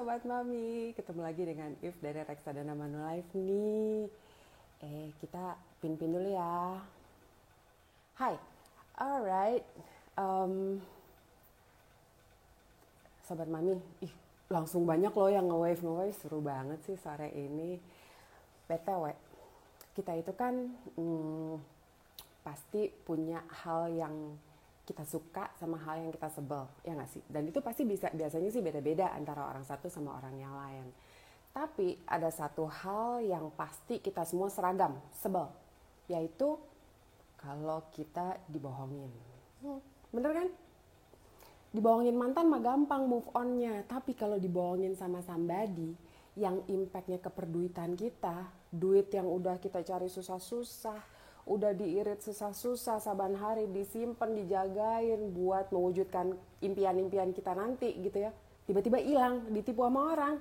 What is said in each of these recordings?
Sobat Mami, ketemu lagi dengan If dari Reksadana Manulife nih. Kita pin-pin dulu ya. Hai, alright. Sobat Mami, langsung banyak loh yang nge-wave, seru banget sih sore ini. BTW, kita itu kan pasti punya hal yang kita suka sama hal yang kita sebel, ya nggak sih? Dan itu pasti biasanya sih beda-beda antara orang satu sama orang yang lain. Tapi ada satu hal yang pasti kita semua seragam, sebel, yaitu kalau kita dibohongin. Bener kan? Dibohongin mantan mah gampang move on-nya, tapi kalau dibohongin sama somebody yang impact-nya ke perduitan kita, duit yang udah kita cari susah-susah, udah diirit susah-susah, saban hari disimpan, dijagain buat mewujudkan impian-impian kita nanti gitu ya. Tiba-tiba hilang, ditipu sama orang.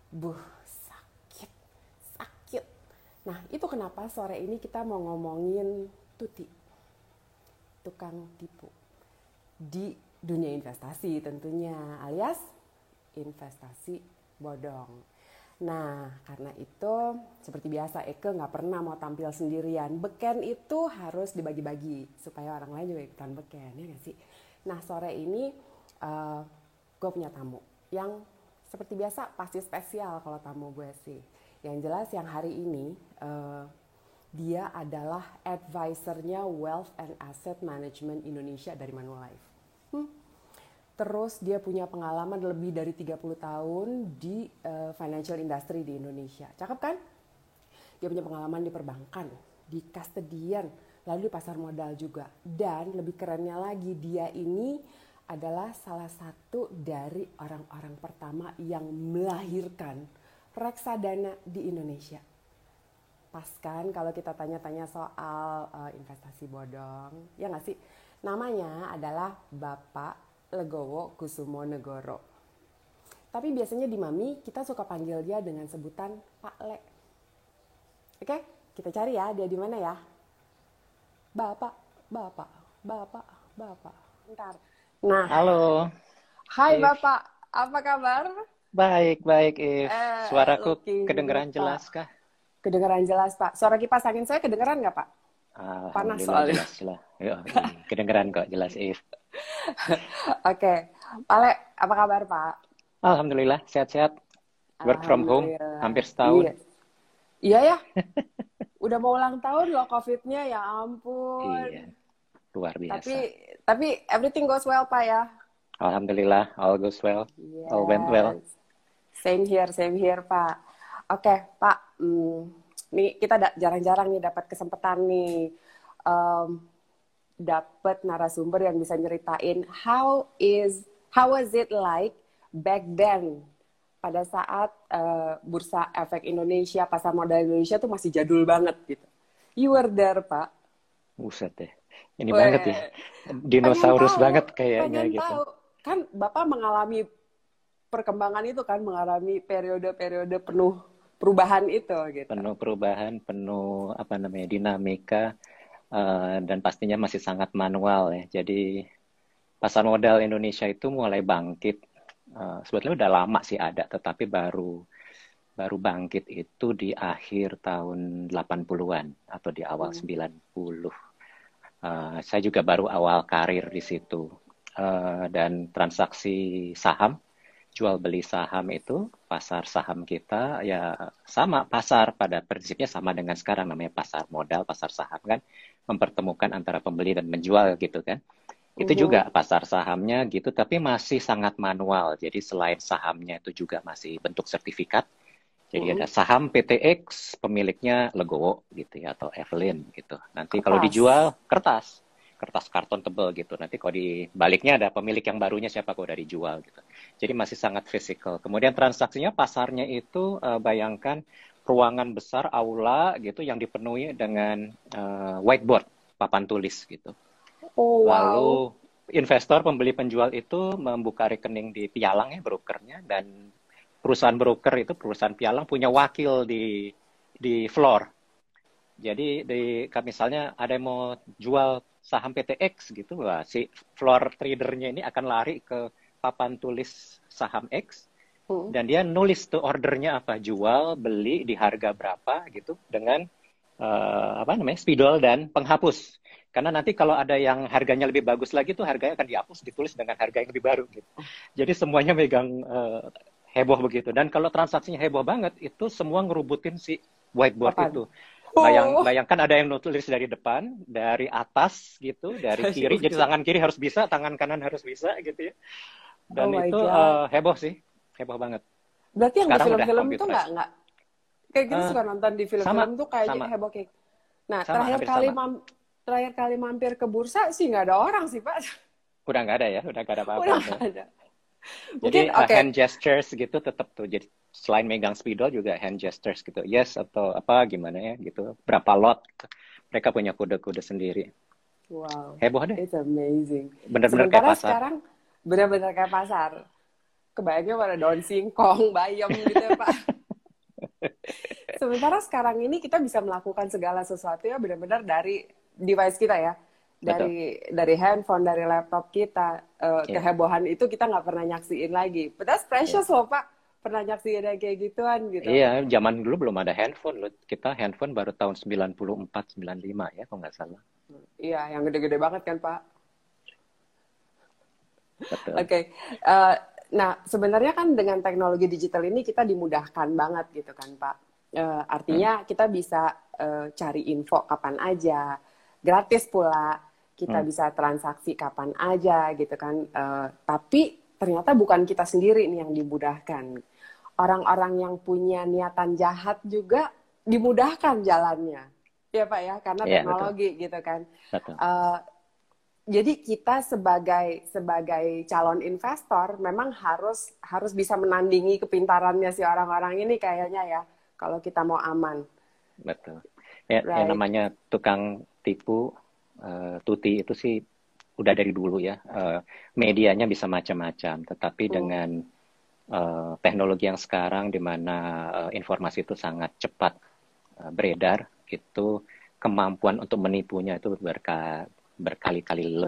Sakit. Nah, itu kenapa sore ini kita mau ngomongin Tuti, tukang tipu. Di dunia investasi tentunya, alias investasi bodong. Nah, karena itu seperti biasa Eke nggak pernah mau tampil sendirian. Beken itu harus dibagi-bagi supaya orang lain juga ikutan beken, ya nggak sih? Nah, sore ini gue punya tamu yang seperti biasa pasti spesial kalau tamu gue sih. Yang jelas yang hari ini dia adalah advisernya Wealth and Asset Management Indonesia dari Manulife. Terus dia punya pengalaman lebih dari 30 tahun di financial industry di Indonesia. Cakep kan? Dia punya pengalaman di perbankan, di custodian, lalu di pasar modal juga. Dan lebih kerennya lagi, dia ini adalah salah satu dari orang-orang pertama yang melahirkan reksadana di Indonesia. Pas kan kalau kita tanya-tanya soal investasi bodong, ya nggak sih? Namanya adalah Bapak Legowo Kusumo Negoro. Tapi biasanya di Mami kita suka panggil dia dengan sebutan Pak Le. Oke, kita cari ya dia di mana ya. Bapak. Bentar. Nah, Halo, hai If. Bapak, apa kabar? Baik, If. Suaraku Looking good, kedengeran Pak. jelas kah? Kedengeran jelas, Pak. Suara kipas angin saya kedengeran nggak, Pak? Panas Alhamdulillah soalnya. jelas. Kedengeran kok jelas, If. Oke, Pak Le, apa kabar, Pak? Alhamdulillah sehat-sehat. Work from home Alhamdulillah. hampir setahun. Iya ya. Udah mau ulang tahun loh COVID-nya, ya ampun. Iya, luar Tapi biasa. everything goes well, Pak ya. Alhamdulillah, all goes well. All went well. Yes. Same here, Pak. Oke, Pak. Nih kita jarang-jarang nih dapat kesempatan nih dapat narasumber yang bisa nyeritain how was it like back then pada saat Bursa Efek Indonesia, pasar modal Indonesia tuh masih jadul banget gitu. You were there, Pak. Buset deh. Ini banget ya. Dinosaurus banget kayaknya pengen gitu. tahu. Kan Bapak mengalami perkembangan itu kan, mengalami periode-periode penuh perubahan itu gitu. Penuh perubahan, penuh dinamika, dan pastinya masih sangat manual ya. Jadi pasar modal Indonesia itu mulai bangkit. Sebetulnya udah lama sih ada, tetapi baru bangkit itu di akhir tahun 80-an atau di awal 90. Saya juga baru awal karir di situ. Dan transaksi saham, jual beli saham itu, pasar saham kita ya sama, pasar pada prinsipnya sama dengan sekarang, namanya pasar modal, pasar saham kan, mempertemukan antara pembeli dan menjual gitu kan. Itu juga pasar sahamnya gitu, tapi masih sangat manual. Jadi selain sahamnya itu juga masih bentuk sertifikat. Jadi ada saham PTX, pemiliknya Legowo gitu ya, atau Evelyn gitu. Nanti kalau dijual kertas karton tebal gitu. Nanti kalau di baliknya ada pemilik yang barunya siapa kalau udah dijual gitu. Jadi masih sangat fisikal. Kemudian transaksinya, pasarnya itu bayangkan ruangan besar, aula gitu, yang dipenuhi dengan whiteboard, papan tulis gitu. Oh, wow. Lalu investor, pembeli, penjual itu membuka rekening di pialang ya, brokernya, dan perusahaan broker itu, perusahaan pialang punya wakil di floor. Jadi misalnya ada yang mau jual saham PTX gitu, si floor tradernya ini akan lari ke papan tulis saham X, Hmm. dan dia nulis tuh ordernya apa, jual, beli di harga berapa gitu dengan apa namanya, spidol dan penghapus. Karena nanti kalau ada yang harganya lebih bagus lagi tuh harganya akan dihapus, ditulis dengan harga yang lebih baru gitu. Jadi semuanya megang heboh begitu. Dan kalau transaksinya heboh banget, itu semua ngerubutin si whiteboard Papan. itu. Oh, Bayangkan ada yang nulis dari depan, dari atas gitu, dari dari kiri. Jadi ujung. tangan kiri harus bisa, tangan kanan harus bisa gitu ya. Oh Dan my itu God. heboh sih, heboh banget. Berarti yang di Sekarang udah film-film tuh computerized. nggak kayak gitu Eh, suka nonton di film-film sama, tuh kayak sama, heboh kayak. Nah, sama, hampir sama. terakhir kali mampir ke bursa sih nggak ada orang sih Pak. Udah nggak ada ya, udah nggak ada apa-apa Udah tuh. nggak ada. Jadi Mungkin oke. hand gestures gitu tetap tuh. Jadi selain megang spidol juga hand gestures gitu. Yes atau apa gimana ya gitu. Berapa lot gitu. Mereka punya kode-kode sendiri. Wow, Heboh deh. it's amazing. Bener-bener kayak Sementara pasar. sekarang benar-benar kayak pasar. Kebayangnya pada daun singkong, bayam gitu ya Pak. Sementara sekarang ini kita bisa melakukan segala sesuatu ya benar-benar dari device kita ya. Betul. Dari handphone, dari laptop kita. Iya. Kehebohan itu kita nggak pernah nyaksiin lagi. But that's Iya. precious loh Pak. Pernah nyaksiin yang kayak gituan gitu. Iya, zaman dulu belum ada handphone loh. Kita handphone baru tahun 94, 95 ya, kalau nggak salah. Iya, yang gede-gede banget kan Pak. Betul. Oke. Nah, sebenarnya kan dengan teknologi digital ini kita dimudahkan banget gitu kan, Pak. Artinya kita bisa cari info kapan aja, gratis pula. Kita bisa transaksi kapan aja gitu kan. Tapi ternyata bukan kita sendiri nih yang dimudahkan. Orang-orang yang punya niatan jahat juga dimudahkan jalannya. Ya Pak ya, karena Iya, betul. teknologi gitu kan. Betul. Jadi kita sebagai calon investor memang harus bisa menandingi kepintarannya si orang-orang ini kayaknya ya kalau kita mau aman. Betul. Ya, yang Right. namanya tukang tipu, tuti itu sih udah dari dulu ya. Medianya bisa macam-macam, tetapi dengan teknologi yang sekarang di mana informasi itu sangat cepat beredar, itu kemampuan untuk menipunya itu berkali-kali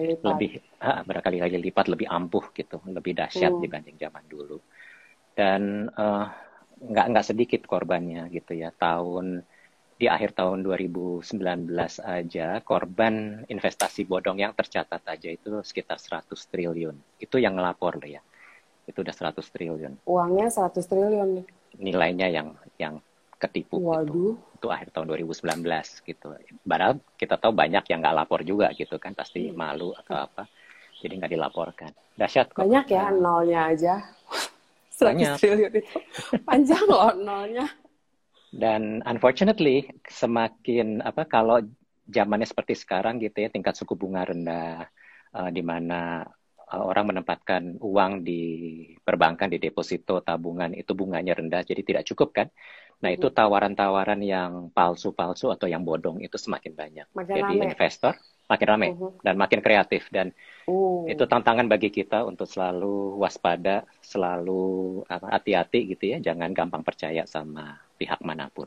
lipat lebih ampuh gitu, lebih dahsyat dibanding zaman dulu. Dan nggak sedikit korbannya gitu ya. Di akhir tahun 2019 aja korban investasi bodong yang tercatat aja itu sekitar 100 triliun. Itu yang ngelapor loh ya. Itu udah 100 triliun. Uangnya 100 triliun nih. Nilainya yang ketipu. Waduh. Itu akhir tahun 2019 gitu. Padahal kita tahu banyak yang nggak lapor juga gitu kan, pasti malu atau apa. Jadi nggak dilaporkan. Dahsyat kok. Banyak ya nolnya aja. 100 Banyak. triliun itu. Panjang loh nolnya. Dan unfortunately semakin kalau zamannya seperti sekarang gitu ya, tingkat suku bunga rendah, di mana orang menempatkan uang di perbankan, di deposito, tabungan, itu bunganya rendah, jadi tidak cukup kan. Nah, itu tawaran-tawaran yang palsu-palsu atau yang bodong itu semakin banyak. Makin Jadi rame. investor makin ramai dan makin kreatif. Dan itu tantangan bagi kita untuk selalu waspada, selalu hati-hati gitu ya. Jangan gampang percaya sama pihak manapun.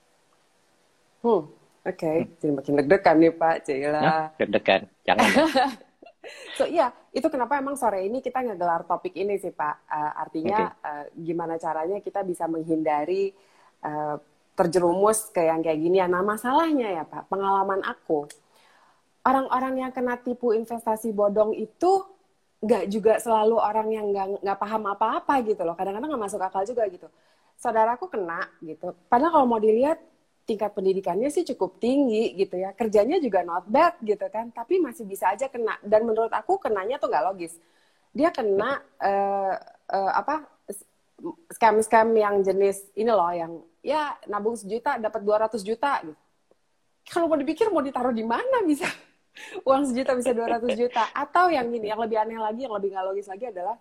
Oke. Jadi makin deg-degan nih Pak, Cila. Nah, deg-degan. Jangan. So iya, itu kenapa emang sore ini kita ngegelar topik ini sih Pak. Artinya gimana caranya kita bisa menghindari terjerumus ke yang kayak gini. Nah masalahnya ya Pak, pengalaman aku, orang-orang yang kena tipu investasi bodong itu nggak juga selalu orang yang nggak paham apa-apa gitu loh. Kadang-kadang nggak masuk akal juga gitu. Saudaraku kena gitu. Padahal kalau mau dilihat tingkat pendidikannya sih cukup tinggi gitu ya. Kerjanya juga not bad gitu kan. Tapi masih bisa aja kena. Dan menurut aku kenanya tuh nggak logis. Dia kena scam-scam yang jenis ini loh, yang ya nabung 1 juta dapat 200 juta gitu. Kalau mau dipikir mau ditaruh di mana bisa uang 1 juta bisa 200 juta. Atau yang ini, yang lebih aneh lagi, yang lebih nggak logis lagi adalah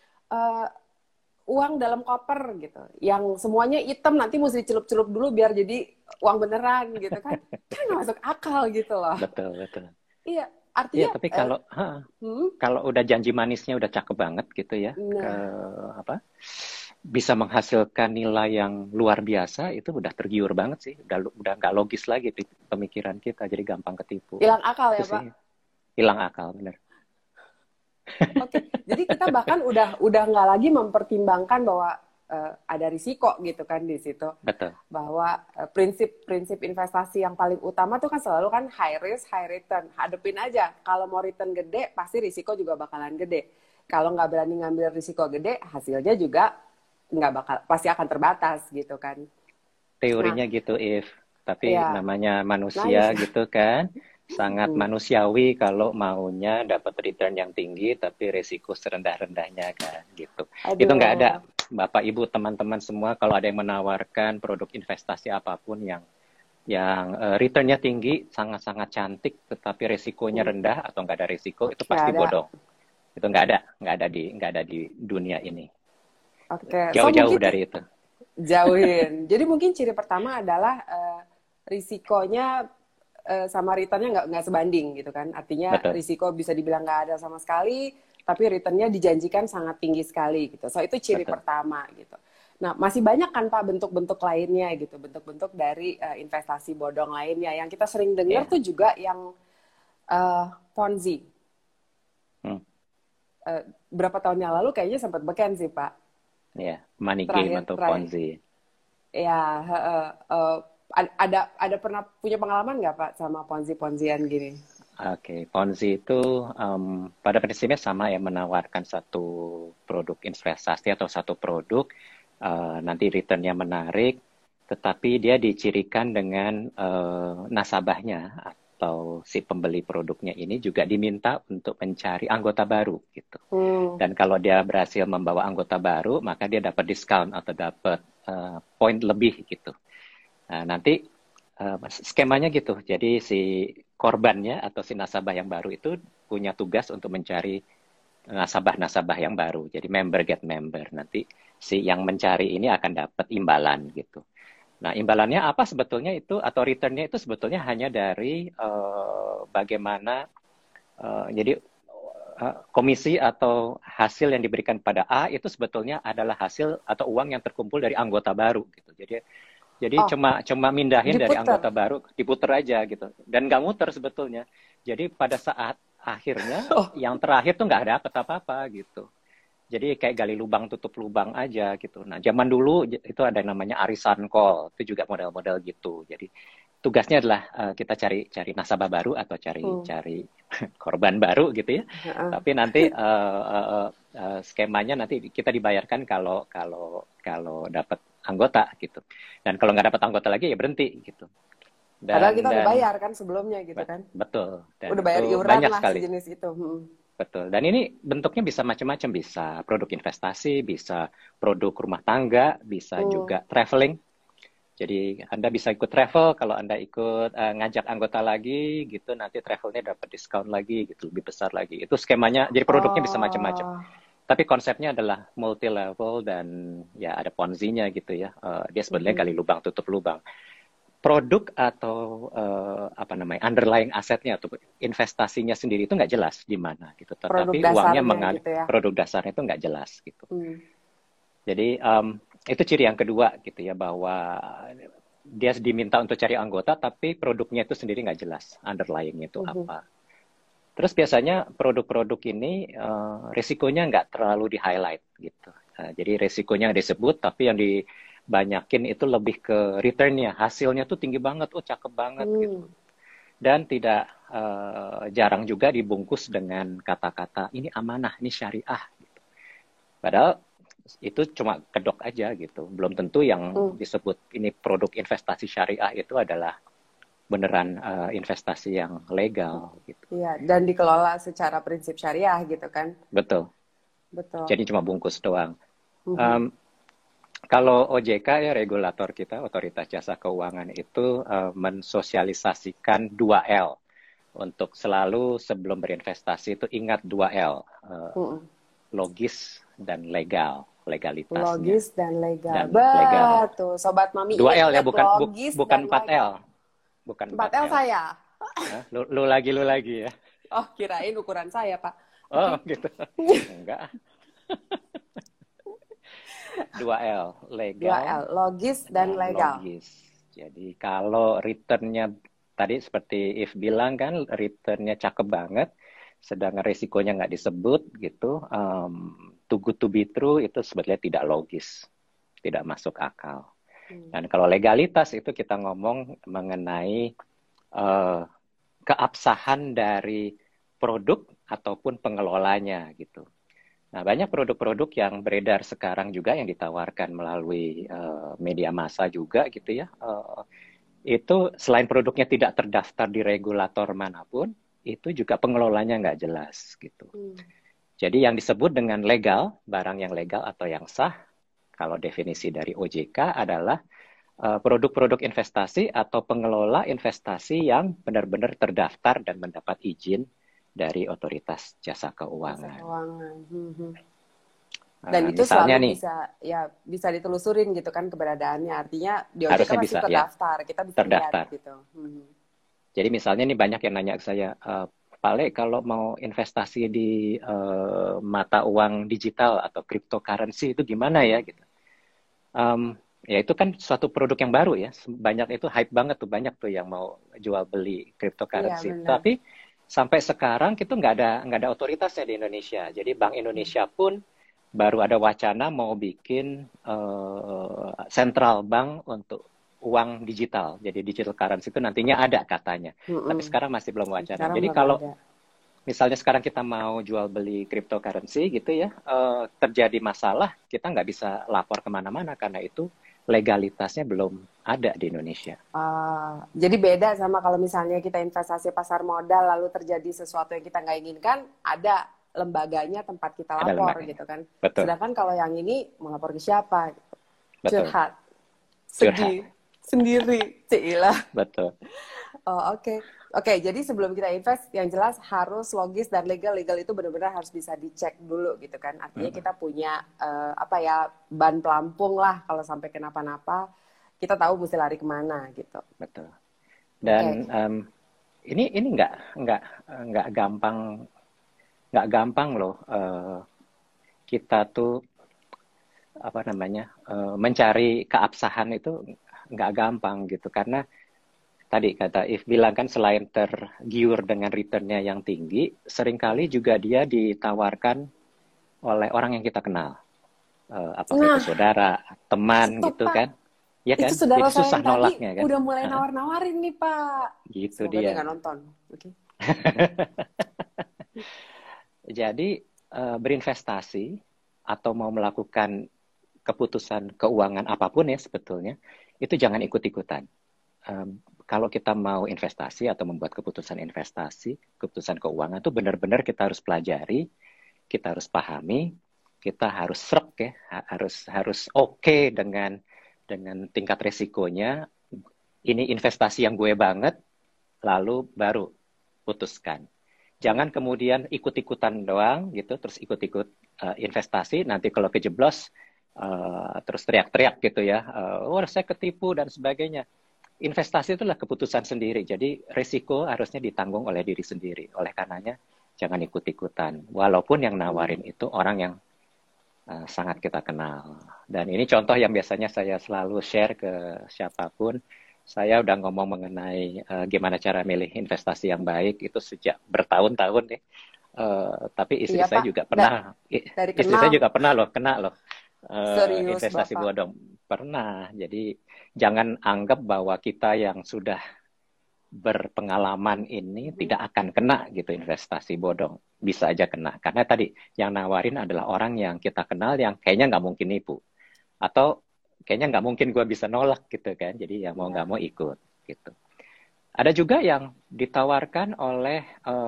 uang dalam koper gitu, yang semuanya hitam, nanti mesti dicelup-celup dulu biar jadi uang beneran gitu kan. Kan nggak masuk akal gitu loh. Betul. Iya, artinya. Iya, tapi kalau udah janji manisnya udah cakep banget gitu ya, bisa menghasilkan nilai yang luar biasa, itu udah tergiur banget sih, udah nggak logis lagi pemikiran kita, jadi gampang ketipu. Hilang akal ya itu Pak? Hilang akal, bener. Oke, jadi kita bahkan udah nggak lagi mempertimbangkan bahwa ada risiko gitu kan di situ. Betul. Bahwa prinsip-prinsip investasi yang paling utama tuh kan selalu kan high risk, high return. Hadepin aja, kalau mau return gede, pasti risiko juga bakalan gede. Kalau nggak berani ngambil risiko gede, hasilnya juga nggak bakal, pasti akan terbatas gitu kan. Nah, Teorinya gitu, If. Tapi ya namanya naif. manusia gitu kan, sangat manusiawi kalau maunya dapat return yang tinggi, tapi resiko serendah-rendahnya kan, gitu. Itu nggak ada, Aduh. Bapak, Ibu, teman-teman semua, kalau ada yang menawarkan produk investasi apapun yang returnnya tinggi, sangat-sangat cantik, tetapi resikonya rendah atau nggak ada resiko, itu Nggak pasti ada. bodong. Itu nggak ada di dunia ini. Oke, so Jauh-jauh mungkin dari itu. jauhin. Jadi mungkin ciri pertama adalah risikonya sama returnnya nggak sebanding gitu kan. Artinya Betul, risiko bisa dibilang nggak ada sama sekali, tapi returnnya dijanjikan sangat tinggi sekali gitu. So itu ciri betul. pertama gitu. Nah masih banyak kan Pak bentuk-bentuk lainnya gitu, bentuk-bentuk dari investasi bodong lainnya. Yang kita sering dengar Ya. tuh juga yang Ponzi. Hmm. Berapa tahun yang lalu kayaknya sempat beken sih Pak. Ya, money game Terakhir, atau terakhir. Ponzi. Ya, ada pernah punya pengalaman nggak Pak sama Ponzi-Ponzian gini? Oke, Ponzi itu pada prinsipnya sama ya, menawarkan satu produk investasi atau satu produk, nanti returnnya menarik, tetapi dia dicirikan dengan nasabahnya atau si pembeli produknya ini juga diminta untuk mencari anggota baru gitu. Hmm. Dan kalau dia berhasil membawa anggota baru, maka dia dapat diskon atau dapat poin lebih gitu. Nah, nanti skemanya gitu. Jadi si korbannya atau si nasabah yang baru itu punya tugas untuk mencari nasabah-nasabah yang baru. Jadi member get member. Nanti si yang mencari ini akan dapat imbalan gitu. Nah, imbalannya apa sebetulnya itu atau returnnya itu sebetulnya hanya dari bagaimana jadi komisi atau hasil yang diberikan pada A itu sebetulnya adalah hasil atau uang yang terkumpul dari anggota baru gitu. Jadi Oh, cuma mindahin dari diputer. anggota baru, diputer aja gitu. Dan nggak muter sebetulnya. Jadi pada saat akhirnya Oh, yang terakhir tuh nggak dapet apa-apa gitu. Jadi kayak gali lubang tutup lubang aja gitu. Nah, zaman dulu itu ada yang namanya arisan call, itu juga model-model gitu. Jadi tugasnya adalah kita cari nasabah baru atau hmm. cari korban baru gitu ya. Tapi nanti skemanya nanti kita dibayarkan kalau dapat anggota gitu. Dan kalau nggak dapat anggota lagi ya berhenti gitu. Padahal Dan kita udah dan bayar kan sebelumnya gitu kan. betul. Dan Udah bayar itu iuran banyak lah sekali. sejenis itu. Betul. Dan ini bentuknya bisa macam-macam, bisa produk investasi, bisa produk rumah tangga, bisa Hmm. juga traveling. Jadi Anda bisa ikut travel, kalau Anda ikut ngajak anggota lagi gitu, nanti travelnya dapat diskon lagi gitu, lebih besar lagi. Itu skemanya, jadi produknya bisa macam-macam. Oh, Tapi konsepnya adalah multi level dan ya ada ponzinya gitu ya. Dia sebenarnya gali lubang tutup lubang. Produk atau apa namanya underlying asetnya atau investasinya sendiri itu nggak jelas di mana gitu. produk Tetapi uangnya dasarnya gitu ya. produk dasarnya itu nggak jelas gitu. Hmm. Jadi itu ciri yang kedua gitu ya, bahwa dia diminta untuk cari anggota tapi produknya itu sendiri nggak jelas underlying itu apa. Terus biasanya produk-produk ini risikonya nggak terlalu di-highlight gitu. Jadi risikonya disebut tapi yang dibanyakin itu lebih ke returnnya, hasilnya tuh tinggi banget, oh cakep banget gitu. Hmm. Dan tidak jarang juga dibungkus dengan kata-kata ini amanah, ini syariah. Padahal itu cuma kedok aja gitu. Belum tentu yang Hmm. disebut ini produk investasi syariah itu adalah beneran investasi yang legal gitu. Iya, dan dikelola secara prinsip syariah gitu kan. Betul. Betul. Jadi cuma bungkus doang. Mhm. Um, Kalau OJK ya, regulator kita, Otoritas Jasa Keuangan itu mensosialisasikan 2L. Untuk selalu sebelum berinvestasi itu ingat 2L. Mhm. Logis dan legal. Legalitasnya. Logis dan legal. Dan legal. Betul, Sobat Mami 2L ya, ingat-ingat logis dan bukan 4L. legal. Bukan 4L 4L. saya. Hah? Lu lagi ya. Oh, kirain ukuran saya, Pak. Oh, Oke. gitu. Enggak. 2L, Dua legal l logis dan dan legal. logis. Jadi kalau returnnya tadi seperti If bilang kan, returnnya cakep banget, sedangkan resikonya nggak disebut gitu. Too good to be true itu sebetulnya tidak logis, tidak masuk akal. Dan kalau legalitas itu kita ngomong mengenai keabsahan dari produk ataupun pengelolanya gitu. Nah, banyak produk-produk yang beredar sekarang juga yang ditawarkan melalui media massa juga gitu ya. Itu selain produknya tidak terdaftar di regulator manapun, itu juga pengelolanya nggak jelas gitu. Jadi yang disebut dengan legal, barang yang legal atau yang sah, kalau definisi dari OJK adalah produk-produk investasi atau pengelola investasi yang benar-benar terdaftar dan mendapat izin dari otoritas jasa keuangan. Dan itu selalu bisa ditelusurin gitu kan keberadaannya. Artinya di OJK masih bisa, terdaftar, ya, kita bisa terdaftar. Lihat gitu. Jadi misalnya nih banyak yang nanya ke saya, Pak Le, kalau mau investasi di mata uang digital atau cryptocurrency itu gimana ya gitu. Ya itu kan suatu produk yang baru ya. Banyak itu hype banget tuh, banyak tuh yang mau jual beli cryptocurrency. Iya, tapi sampai sekarang itu nggak ada otoritasnya di Indonesia. Jadi Bank Indonesia pun baru ada wacana mau bikin central bank untuk uang digital. Jadi digital currency itu nantinya ada katanya. Tapi sekarang masih belum wacana. Jadi kalau misalnya sekarang kita mau jual beli cryptocurrency gitu ya, terjadi masalah, kita nggak bisa lapor kemana-mana karena itu legalitasnya belum ada di Indonesia. Jadi beda sama kalau misalnya kita investasi pasar modal lalu terjadi sesuatu yang kita nggak inginkan, ada lembaganya tempat kita lapor gitu kan. Betul. Sedangkan kalau yang ini mau lapor ke siapa? Betul. Curhat. Sedih. Sendiri. Cilah. Betul. Oke, jadi sebelum kita invest, yang jelas harus logis dan legal itu benar-benar harus bisa dicek dulu gitu kan. Artinya kita punya ban pelampung lah kalau sampai kenapa-napa, kita tahu mesti lari kemana gitu. Betul. Dan ini nggak gampang loh kita tuh mencari keabsahan itu nggak gampang gitu karena tadi kata If bilang kan selain tergiur dengan returnnya yang tinggi, seringkali juga dia ditawarkan oleh orang yang kita kenal. Apakah itu saudara, teman gitu kan. Ya kan? Itu saudara jadi susah saya nolaknya kan. Udah mulai nawar-nawarin nih Pak. Gitu. Semoga dia nggak nonton. Okay. Jadi berinvestasi atau mau melakukan keputusan keuangan apapun ya sebetulnya, itu jangan ikut-ikutan. Kalau kita mau investasi atau membuat keputusan investasi, keputusan keuangan itu benar-benar kita harus pelajari, kita harus pahami, kita harus serap ya, harus oke dengan tingkat resikonya. Ini investasi yang gue banget, lalu baru putuskan. Jangan kemudian ikut-ikutan doang gitu, terus ikut-ikut investasi, nanti kalau kejeblos terus teriak-teriak gitu ya, saya ketipu dan sebagainya. Investasi itulah keputusan sendiri, jadi risiko harusnya ditanggung oleh diri sendiri. Oleh karenanya, jangan ikut-ikutan. Walaupun yang nawarin itu orang yang sangat kita kenal. Dan ini contoh yang biasanya saya selalu share ke siapapun. Saya udah ngomong mengenai gimana cara milih investasi yang baik, itu sejak bertahun-tahun ya. Tapi istri saya juga pernah, istri saya juga pernah loh, kena loh. Investasi bodong. Pernah. Jadi jangan anggap bahwa kita yang sudah berpengalaman ini tidak akan kena gitu investasi bodong. Bisa aja kena. Karena tadi yang nawarin adalah orang yang kita kenal yang kayaknya nggak mungkin nipu. Atau kayaknya nggak mungkin gue bisa nolak gitu kan. Jadi yang mau nggak mau ikut gitu. Ada juga yang ditawarkan oleh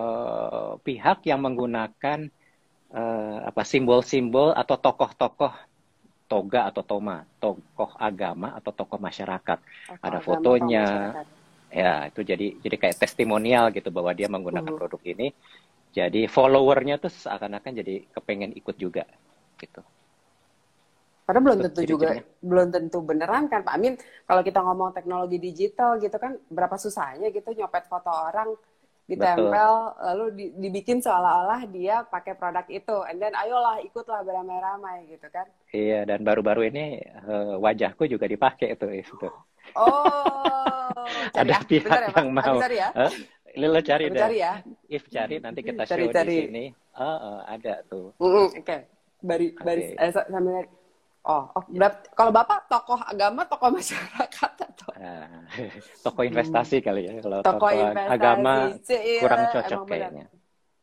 pihak yang menggunakan simbol-simbol atau tokoh-tokoh toga atau toma, tokoh agama atau tokoh masyarakat. Ada fotonya, ya itu jadi kayak testimonial gitu bahwa dia menggunakan produk ini. Jadi followernya tuh seakan-akan jadi kepengen ikut juga gitu. Padahal belum tentu beneran kan Pak Amin. Kalau kita ngomong teknologi digital gitu kan, berapa susahnya gitu nyopet foto orang, ditempel, lalu dibikin seolah-olah dia pakai produk itu, and then ayolah ikutlah beramai-ramai gitu kan. Iya, dan baru-baru ini wajahku juga dipakai itu. Oh, ada pihak yang mau. Lila cari Aku deh. cari ya. If cari nanti kita show di Cari-cari. sini. Ada tuh. Oke. Baris Oke. sambil kalau Bapak tokoh agama, tokoh masyarakat atau Nah, toko investasi kali ya. Kalau tokoh toko agama investasi? kurang Cila, cocok emang benar. kayaknya.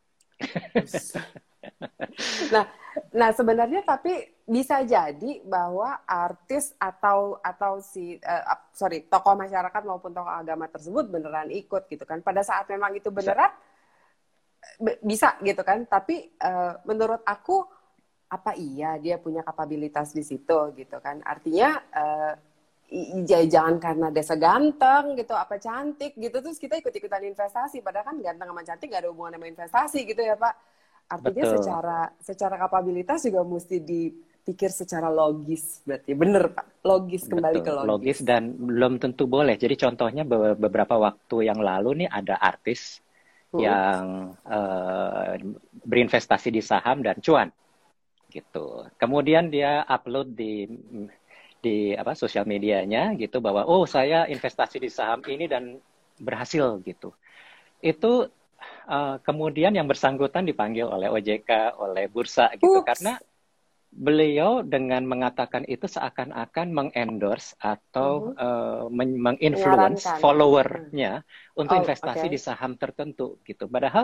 Nah, nah sebenarnya tapi bisa jadi bahwa artis atau tokoh masyarakat maupun tokoh agama tersebut beneran ikut gitu kan. Pada saat memang itu Bisa. beneran bisa gitu kan. Tapi menurut aku apa iya dia punya kapabilitas di situ gitu kan. Artinya jangan karena dia seganteng gitu, apa cantik gitu terus kita ikut-ikutan investasi, padahal kan ganteng sama cantik gak ada hubungan sama investasi gitu ya Pak. Artinya Betul. secara kapabilitas juga mesti dipikir secara logis, berarti bener Pak, logis, kembali ke Betul, logis logis. dan belum tentu boleh. Jadi contohnya beberapa waktu yang lalu nih ada artis yang berinvestasi di saham dan cuan gitu. Kemudian dia upload di sosial medianya gitu bahwa saya investasi di saham ini dan berhasil gitu. Itu kemudian yang bersangkutan dipanggil oleh OJK, oleh bursa gitu karena Ups. beliau dengan mengatakan itu seakan-akan mengendorse atau menginfluence Menyarankan. followernya untuk investasi Oke. di saham tertentu gitu. Padahal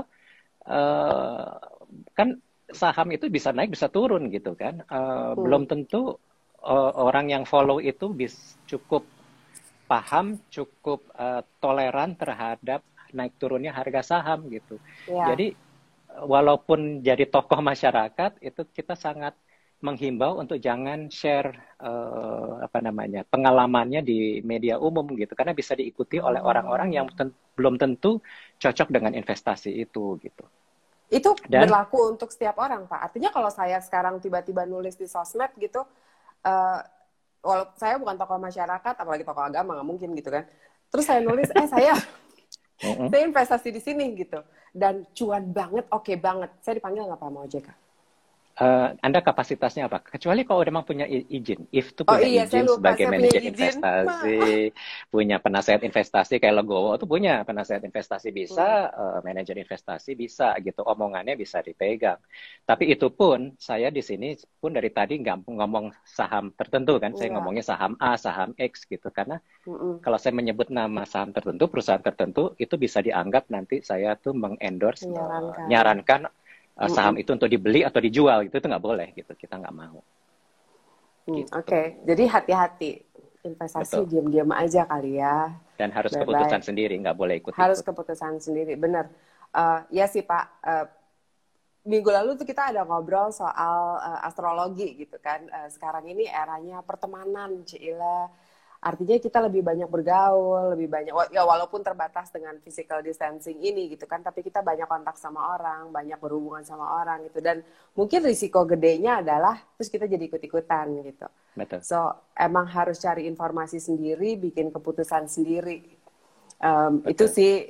kan saham itu bisa naik bisa turun gitu kan. Belum tentu orang yang follow itu cukup paham, cukup toleran terhadap naik turunnya harga saham gitu. Ya. Jadi walaupun jadi tokoh masyarakat itu kita sangat menghimbau untuk jangan share pengalamannya di media umum gitu karena bisa diikuti oleh orang-orang yang belum tentu cocok dengan investasi itu gitu. Itu Dan berlaku untuk setiap orang, Pak. Artinya kalau saya sekarang tiba-tiba nulis di sosmed gitu, walaupun saya bukan tokoh masyarakat, apalagi tokoh agama, nggak mungkin gitu kan. Terus saya nulis, saya investasi di sini gitu. Dan cuan banget, oke banget. Saya dipanggil nggak Pak sama OJK? Anda kapasitasnya apa? Kecuali kalau memang punya izin, if itu Oh punya iya, saya izin lupa. sebagai Saya punya manajer izin. investasi, punya penasehat investasi kayak Legowo itu punya penasehat investasi bisa, manajer investasi bisa gitu, omongannya bisa dipegang. Tapi itu pun saya di sini pun dari tadi nggak ngomong saham tertentu kan, saya ngomongnya saham A, saham X gitu karena kalau saya menyebut nama saham tertentu, perusahaan tertentu itu bisa dianggap nanti saya tuh mengendorse, nyarankan saham itu untuk dibeli atau dijual gitu, itu nggak boleh gitu, kita nggak mau. Gitu. Oke. Jadi hati-hati, investasi Betul. diam-diam aja kali ya. Dan harus Bye-bye. keputusan sendiri, nggak boleh ikut-ikut. Harus keputusan sendiri, benar. Ya sih Pak, minggu lalu tuh kita ada ngobrol soal astrologi gitu kan. Sekarang ini eranya pertemanan, Cila. Artinya kita lebih banyak bergaul, lebih banyak, ya walaupun terbatas dengan physical distancing ini gitu kan, tapi kita banyak kontak sama orang, banyak berhubungan sama orang gitu. Dan mungkin risiko gedenya adalah terus kita jadi ikut-ikutan gitu. Betul. So emang harus cari informasi sendiri, bikin keputusan sendiri. Itu sih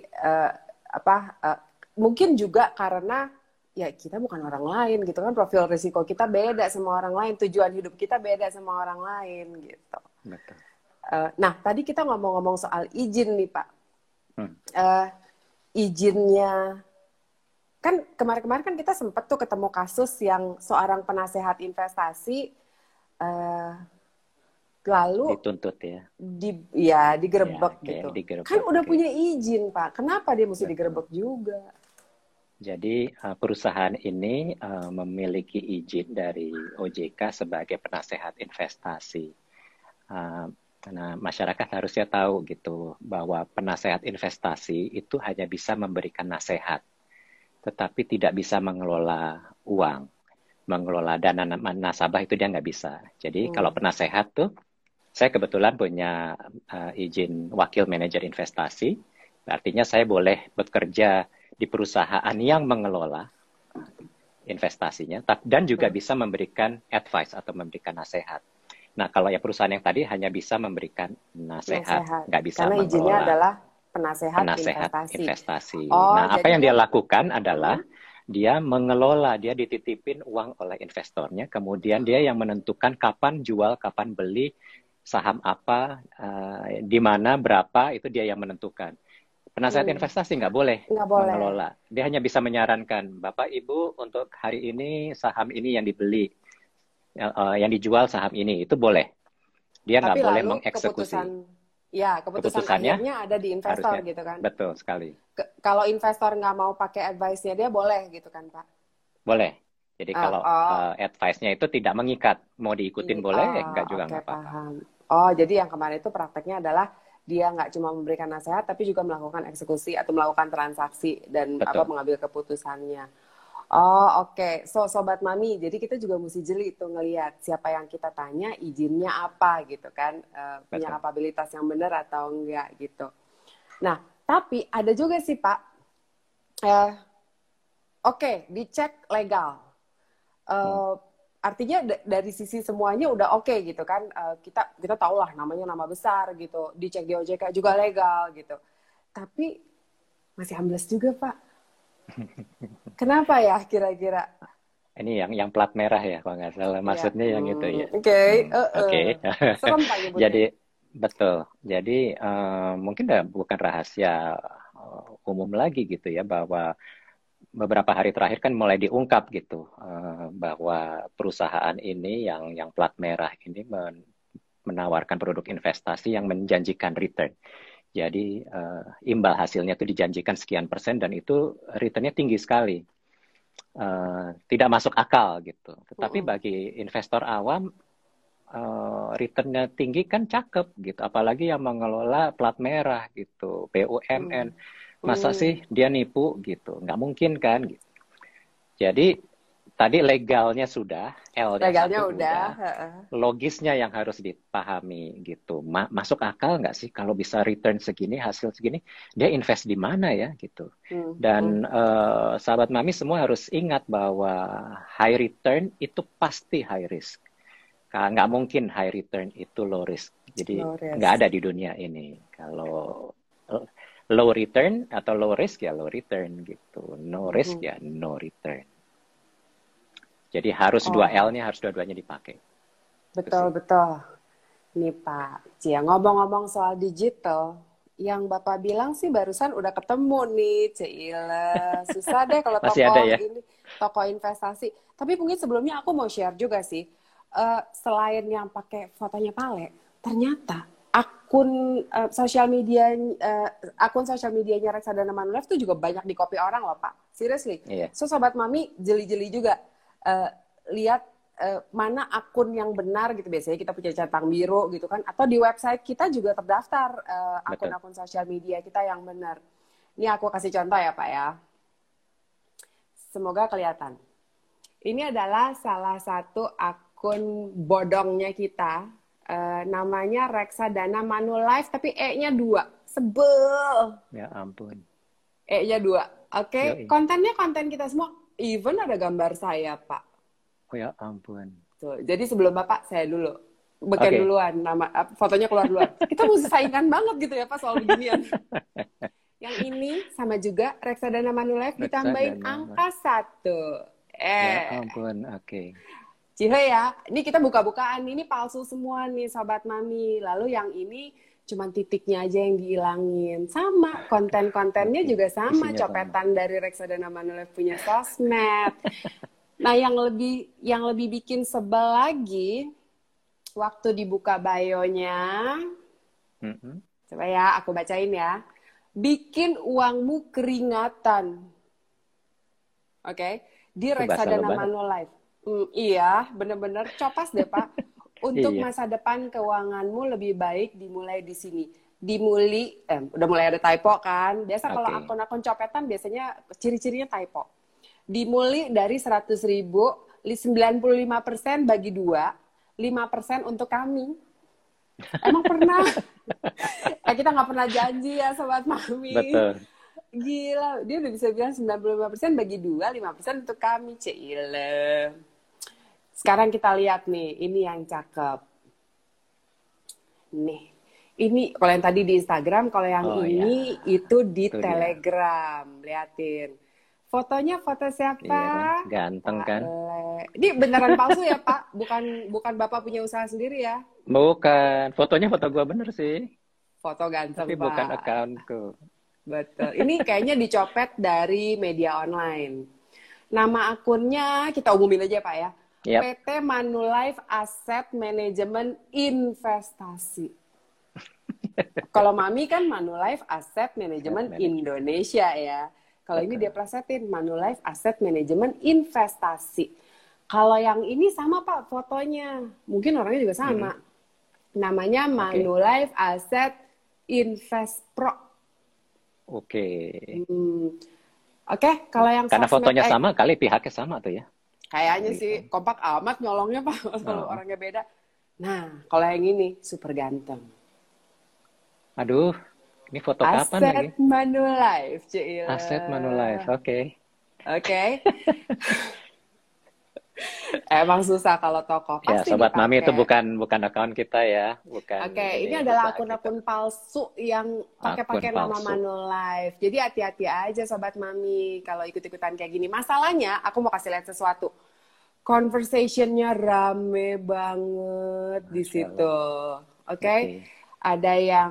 mungkin juga karena ya kita bukan orang lain gitu kan, profil risiko kita beda sama orang lain, tujuan hidup kita beda sama orang lain gitu. Betul. Nah, tadi kita ngomong-ngomong soal izin nih, Pak. Izinnya, kan kemarin-kemarin kan kita sempat tuh ketemu kasus yang seorang penasehat investasi lalu dituntut ya. Digerebek gitu. Digerebek, kan udah punya izin, Pak. Kenapa dia mesti digerebek juga? Jadi perusahaan ini memiliki izin dari OJK sebagai penasehat investasi. Nah, masyarakat harusnya tahu gitu bahwa penasehat investasi itu hanya bisa memberikan nasihat, tetapi tidak bisa mengelola uang, mengelola dana nasabah itu dia nggak bisa. Jadi kalau penasehat tuh, saya kebetulan punya izin wakil manajer investasi, artinya saya boleh bekerja di perusahaan yang mengelola investasinya, dan juga bisa memberikan advice atau memberikan nasihat. Nah, kalau ya perusahaan yang tadi hanya bisa memberikan nasihat, nggak bisa karena mengelola. Izinnya adalah penasehat investasi. Oh, nah, apa yang dia lakukan adalah dia mengelola, dia dititipin uang oleh investornya, kemudian dia yang menentukan kapan jual, kapan beli, saham apa, di mana, berapa, itu dia yang menentukan. Penasehat investasi nggak boleh Nggak boleh. mengelola. Dia hanya bisa menyarankan, Bapak Ibu untuk hari ini saham ini yang dibeli, yang dijual saham ini, itu boleh. Dia nggak Tapi boleh lalu mengeksekusi. keputusan Keputusannya akhirnya ada di investor harusnya, gitu kan. betul sekali. Kalau investor nggak mau pakai advice-nya dia boleh gitu kan, Pak? Boleh. Jadi kalau Oh, advice-nya itu tidak mengikat, mau diikutin boleh, nggak juga oke, nggak apa-apa. paham. Oh, jadi yang kemarin itu prakteknya adalah dia nggak cuma memberikan nasihat, tapi juga melakukan eksekusi atau melakukan transaksi dan Betul. mengambil keputusannya. Oh, oke. So, Sobat Mami, jadi kita juga mesti jeli tuh ngelihat siapa yang kita tanya izinnya apa gitu kan. Punya Betul. kapabilitas yang benar atau enggak gitu. Nah, tapi ada juga sih Pak, eh, oke, dicek legal. Hmm. Artinya dari sisi semuanya udah oke gitu kan. Kita tahu lah namanya nama besar gitu, dicek di OJK juga legal gitu. Tapi masih ambles juga Pak. Kenapa ya kira-kira? Ini yang plat merah ya, kalau nggak salah. Ya, Maksudnya yang itu ya. oke, Oke. serem Pak nyebutnya. Jadi betul. Jadi mungkin bukan rahasia umum lagi gitu ya, bahwa beberapa hari terakhir kan mulai diungkap gitu, bahwa perusahaan ini yang plat merah ini menawarkan produk investasi yang menjanjikan return. Jadi imbal hasilnya itu dijanjikan sekian persen dan itu returnnya tinggi sekali. Tidak masuk akal gitu. Tetapi bagi investor awam, returnnya tinggi kan cakep gitu. Apalagi yang mengelola plat merah gitu, BUMN. Masa sih dia nipu gitu? Nggak mungkin kan gitu. Jadi tadi legalnya sudah, L-nya Legalnya satu udah. udah, logisnya yang harus dipahami gitu. Masuk akal nggak sih kalau bisa return segini, hasil segini, dia invest di mana ya gitu. Dan sahabat Mami semua harus ingat bahwa high return itu pasti high risk. Nggak mungkin high return itu low risk. Jadi nggak ada di dunia ini. Kalau low return atau low risk ya low return gitu. No risk ya no return. Jadi harus dua L-nya, harus dua-duanya dipakai. Betul, betul. Nih Pak Cia, ngomong-ngomong soal digital, yang Bapak bilang sih barusan udah ketemu nih, Cila. Susah deh kalau Masih ada ya? toko investasi. Tapi mungkin sebelumnya aku mau share juga sih, selain yang pakai fotonya Pale, ternyata akun sosial medianya Reksadana Manulife tuh juga banyak di copy orang loh Pak. Seriously. Iya. So Sobat Mami jeli-jeli juga lihat mana akun yang benar gitu. Biasanya kita punya centang biru gitu kan, atau di website kita juga terdaftar akun-akun sosial media kita yang benar. Ini aku kasih contoh ya Pak ya, semoga kelihatan. Ini adalah salah satu akun bodongnya kita, namanya Reksadana Manulife tapi E-nya 2, sebel Ya ampun. E-nya 2. Oke. Kontennya konten kita semua, even ada gambar saya Pak. Oh ya ampun. Tuh, jadi sebelum Bapak, saya dulu. Beken duluan, fotonya keluar duluan. Kita mesti saingan banget gitu ya Pak soal beginian. Yang ini sama juga Reksadana Manulife ditambahin angka 1. Ya ampun, oke. Cihe ya, ini kita buka-bukaan, ini palsu semua nih Sobat Mami. Lalu yang ini cuman titiknya aja yang dihilangin. Sama, konten-kontennya juga sama, isinya copetan sama. Dari Reksadana Manulife punya sosmed. Nah, yang lebih bikin sebel lagi, waktu dibuka bio-nya, coba ya, aku bacain ya. Bikin uangmu keringatan. Oke, di Reksadana Manulife. Iya, bener-bener copas deh Pak. Untuk masa depan keuanganmu lebih baik dimulai di sini. Udah mulai ada typo kan. Biasa kalau akun-akun copetan biasanya ciri-cirinya typo. Dimulai dari 100.000, 95% bagi 2, 5% untuk kami. Emang pernah? Kita nggak pernah janji ya Sobat Mami. Betul. Gila, dia udah bisa bilang 95% bagi 2, 5% untuk kami. Cile. Sekarang kita lihat nih, ini yang cakep. Nih, ini kalau yang tadi di Instagram, kalau yang ini itu di Telegram. Liatin. Fotonya foto siapa? Iya, ganteng kan? Ini beneran palsu ya Pak? Bukan Bapak punya usaha sendiri ya? Bukan, fotonya foto gua bener sih. Foto ganteng tapi Pak. Bukan accountku. Betul. Ini kayaknya dicopet dari media online. Nama akunnya kita umumin aja Pak ya. Yap. PT Manulife Asset Management Investasi. Kalau Mami kan Manulife Asset Management Indonesia ya. Kalau ini dia plesetin Manulife Asset Management Investasi. Kalau yang ini sama Pak fotonya. Mungkin orangnya juga sama. Namanya Manulife Asset Invest Pro. Oke. Oke, kalau yang Karena sosmed, fotonya sama kali pihaknya sama tuh ya. kayaknya sih kompak amat nyolongnya Pak kalau orangnya beda. Nah, kalau yang ini super ganteng. Aduh, ini foto kapan lagi? Asset Manulife, Cila. Asset Manulife, oke. Oke. Emang susah kalau toko. Ya, Pasti Sobat Mami itu dipakai. bukan akun kita ya, bukan. Oke, ini adalah akun-akun palsu yang pakai nama palsu. Manulife. Jadi hati-hati aja Sobat Mami kalau ikut-ikutan kayak gini. Masalahnya, aku mau kasih lihat sesuatu. Conversation-nya rame banget di situ. Oke. Ada yang,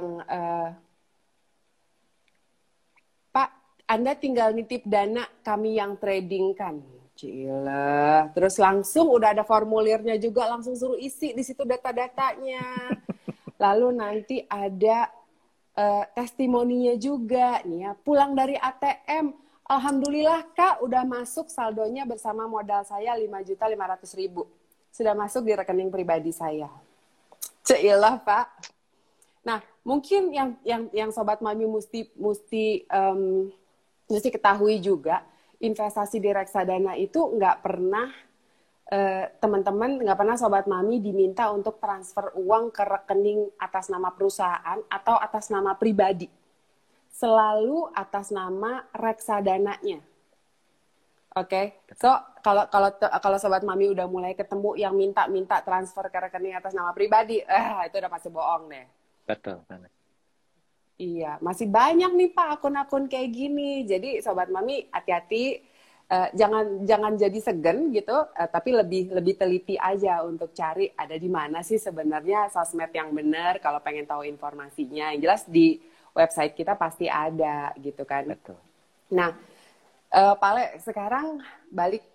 Pak, Anda tinggal nitip dana, kami yang trading kan. Cila. Terus langsung udah ada formulirnya juga, langsung suruh isi di situ data-datanya. Lalu nanti ada testimoninya juga nih ya. Pulang dari ATM, alhamdulillah Kak udah masuk saldonya bersama modal saya 5.500.000. Sudah masuk di rekening pribadi saya. Cila, Pak. Nah, mungkin yang Sobat Mami mesti ketahui juga, investasi di reksadana itu nggak pernah teman-teman, nggak pernah Sobat Mami diminta untuk transfer uang ke rekening atas nama perusahaan atau atas nama pribadi. Selalu atas nama reksadananya. Oke, so kalau Sobat Mami udah mulai ketemu yang minta transfer ke rekening atas nama pribadi, itu udah pasti bohong deh. Betul banget. Iya, masih banyak nih Pak akun-akun kayak gini. Jadi Sobat Mami hati-hati, jangan jadi segen gitu, tapi lebih teliti aja untuk cari ada di mana sih sebenarnya sosmed yang benar. Kalau pengen tahu informasinya, yang jelas di website kita pasti ada gitu kan. Betul. Nah, Pak Le, sekarang balik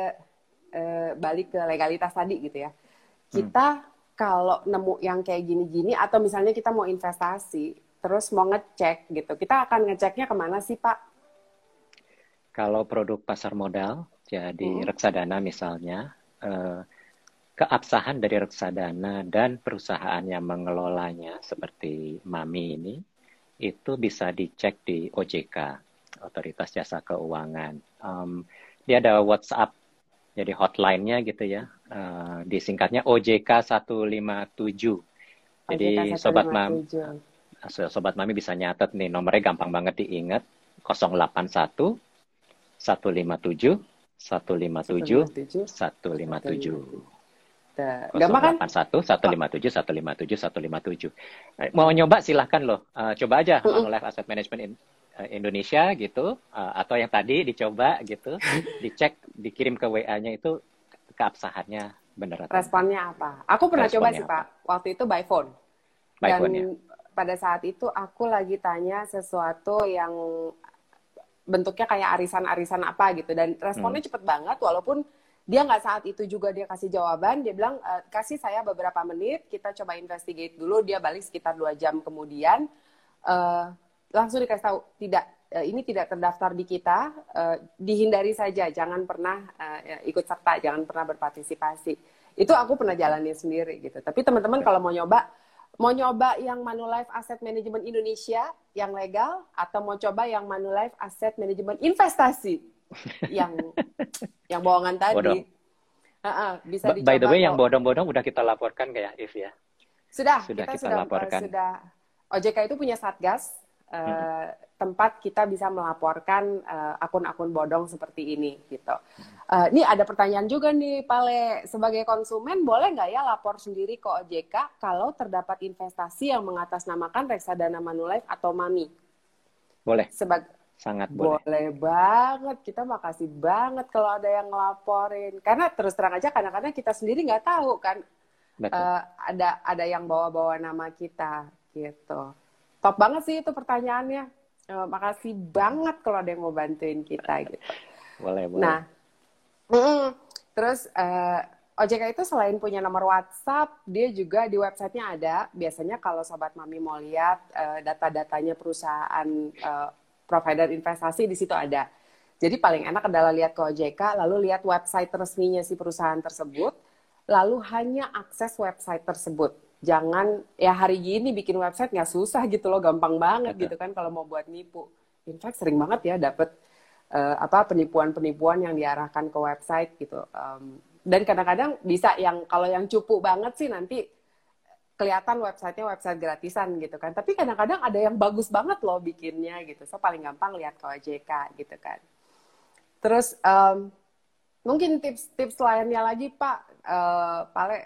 ke legalitas tadi gitu ya. Kita kalau nemu yang kayak gini-gini atau misalnya kita mau investasi terus mau ngecek gitu, kita akan ngeceknya kemana sih Pak? Kalau produk pasar modal, jadi reksadana misalnya, keabsahan dari reksadana dan perusahaan yang mengelolanya seperti Mami ini, itu bisa dicek di OJK, Otoritas Jasa Keuangan. Dia ada WhatsApp, jadi hotline-nya gitu ya, disingkatnya OJK 157. Jadi Sobat Mami bisa nyatet nih, nomornya gampang banget diingat, 081 157 157 157. Gampang kan? 081 157 157 157. Mau nyoba silahkan loh, coba aja Manulife Asset Management Indonesia gitu, atau yang tadi dicoba gitu, dicek, dikirim ke WA-nya itu keabsahannya benar. Responnya apa? Aku pernah coba sih Pak, waktu itu by phone. Dan pada saat itu aku lagi tanya sesuatu yang bentuknya kayak arisan-arisan apa gitu, dan responnya cepet banget, walaupun dia nggak saat itu juga dia kasih jawaban, dia bilang kasih saya beberapa menit, kita coba investigate dulu. Dia balik sekitar 2 jam kemudian, langsung dikasih tahu tidak, ini tidak terdaftar di kita, dihindari saja, jangan pernah ikut serta, jangan pernah berpartisipasi. Itu aku pernah jalanin sendiri gitu. Tapi teman-teman kalau mau nyoba yang Manulife Asset Management Indonesia yang legal, atau mau coba yang Manulife Asset Management Investasi yang bohongan tadi, bisa dicoba. By the way, yang bodong-bodong udah kita laporkan kayak If ya? Sudah kita laporkan. OJK itu punya satgas, tempat kita bisa melaporkan akun-akun bodong seperti ini gitu. Ini ada pertanyaan juga nih Pak Le, sebagai konsumen boleh nggak ya lapor sendiri ke OJK kalau terdapat investasi yang mengatasnamakan reksadana Manulife atau Mami? Boleh. Sangat boleh. Boleh banget. Kita makasih banget kalau ada yang ngelaporin. Karena terus terang aja kadang-kadang kita sendiri nggak tahu kan. Ada yang bawa-bawa nama kita gitu. Top banget sih itu pertanyaannya. Makasih banget kalau ada yang mau bantuin kita gitu. Boleh, boleh. Nah, terus OJK itu selain punya nomor WhatsApp, dia juga di websitenya ada. Biasanya kalau Sobat Mami mau lihat data-datanya perusahaan provider investasi, di situ ada. Jadi paling enak adalah lihat ke OJK, lalu lihat website resminya si perusahaan tersebut, lalu hanya akses website tersebut. Jangan, ya hari gini bikin website nggak susah gitu loh, gampang banget Betul. gitu kan kalau mau buat nipu. In fact sering banget ya dapet penipuan-penipuan yang diarahkan ke website gitu. Dan kadang-kadang bisa yang kalau yang cupu banget sih nanti kelihatan websitenya website gratisan gitu kan. Tapi kadang-kadang ada yang bagus banget loh bikinnya gitu. So paling gampang lihat ke OJK gitu kan. Terus mungkin tips-tips lainnya lagi Pak, Pale,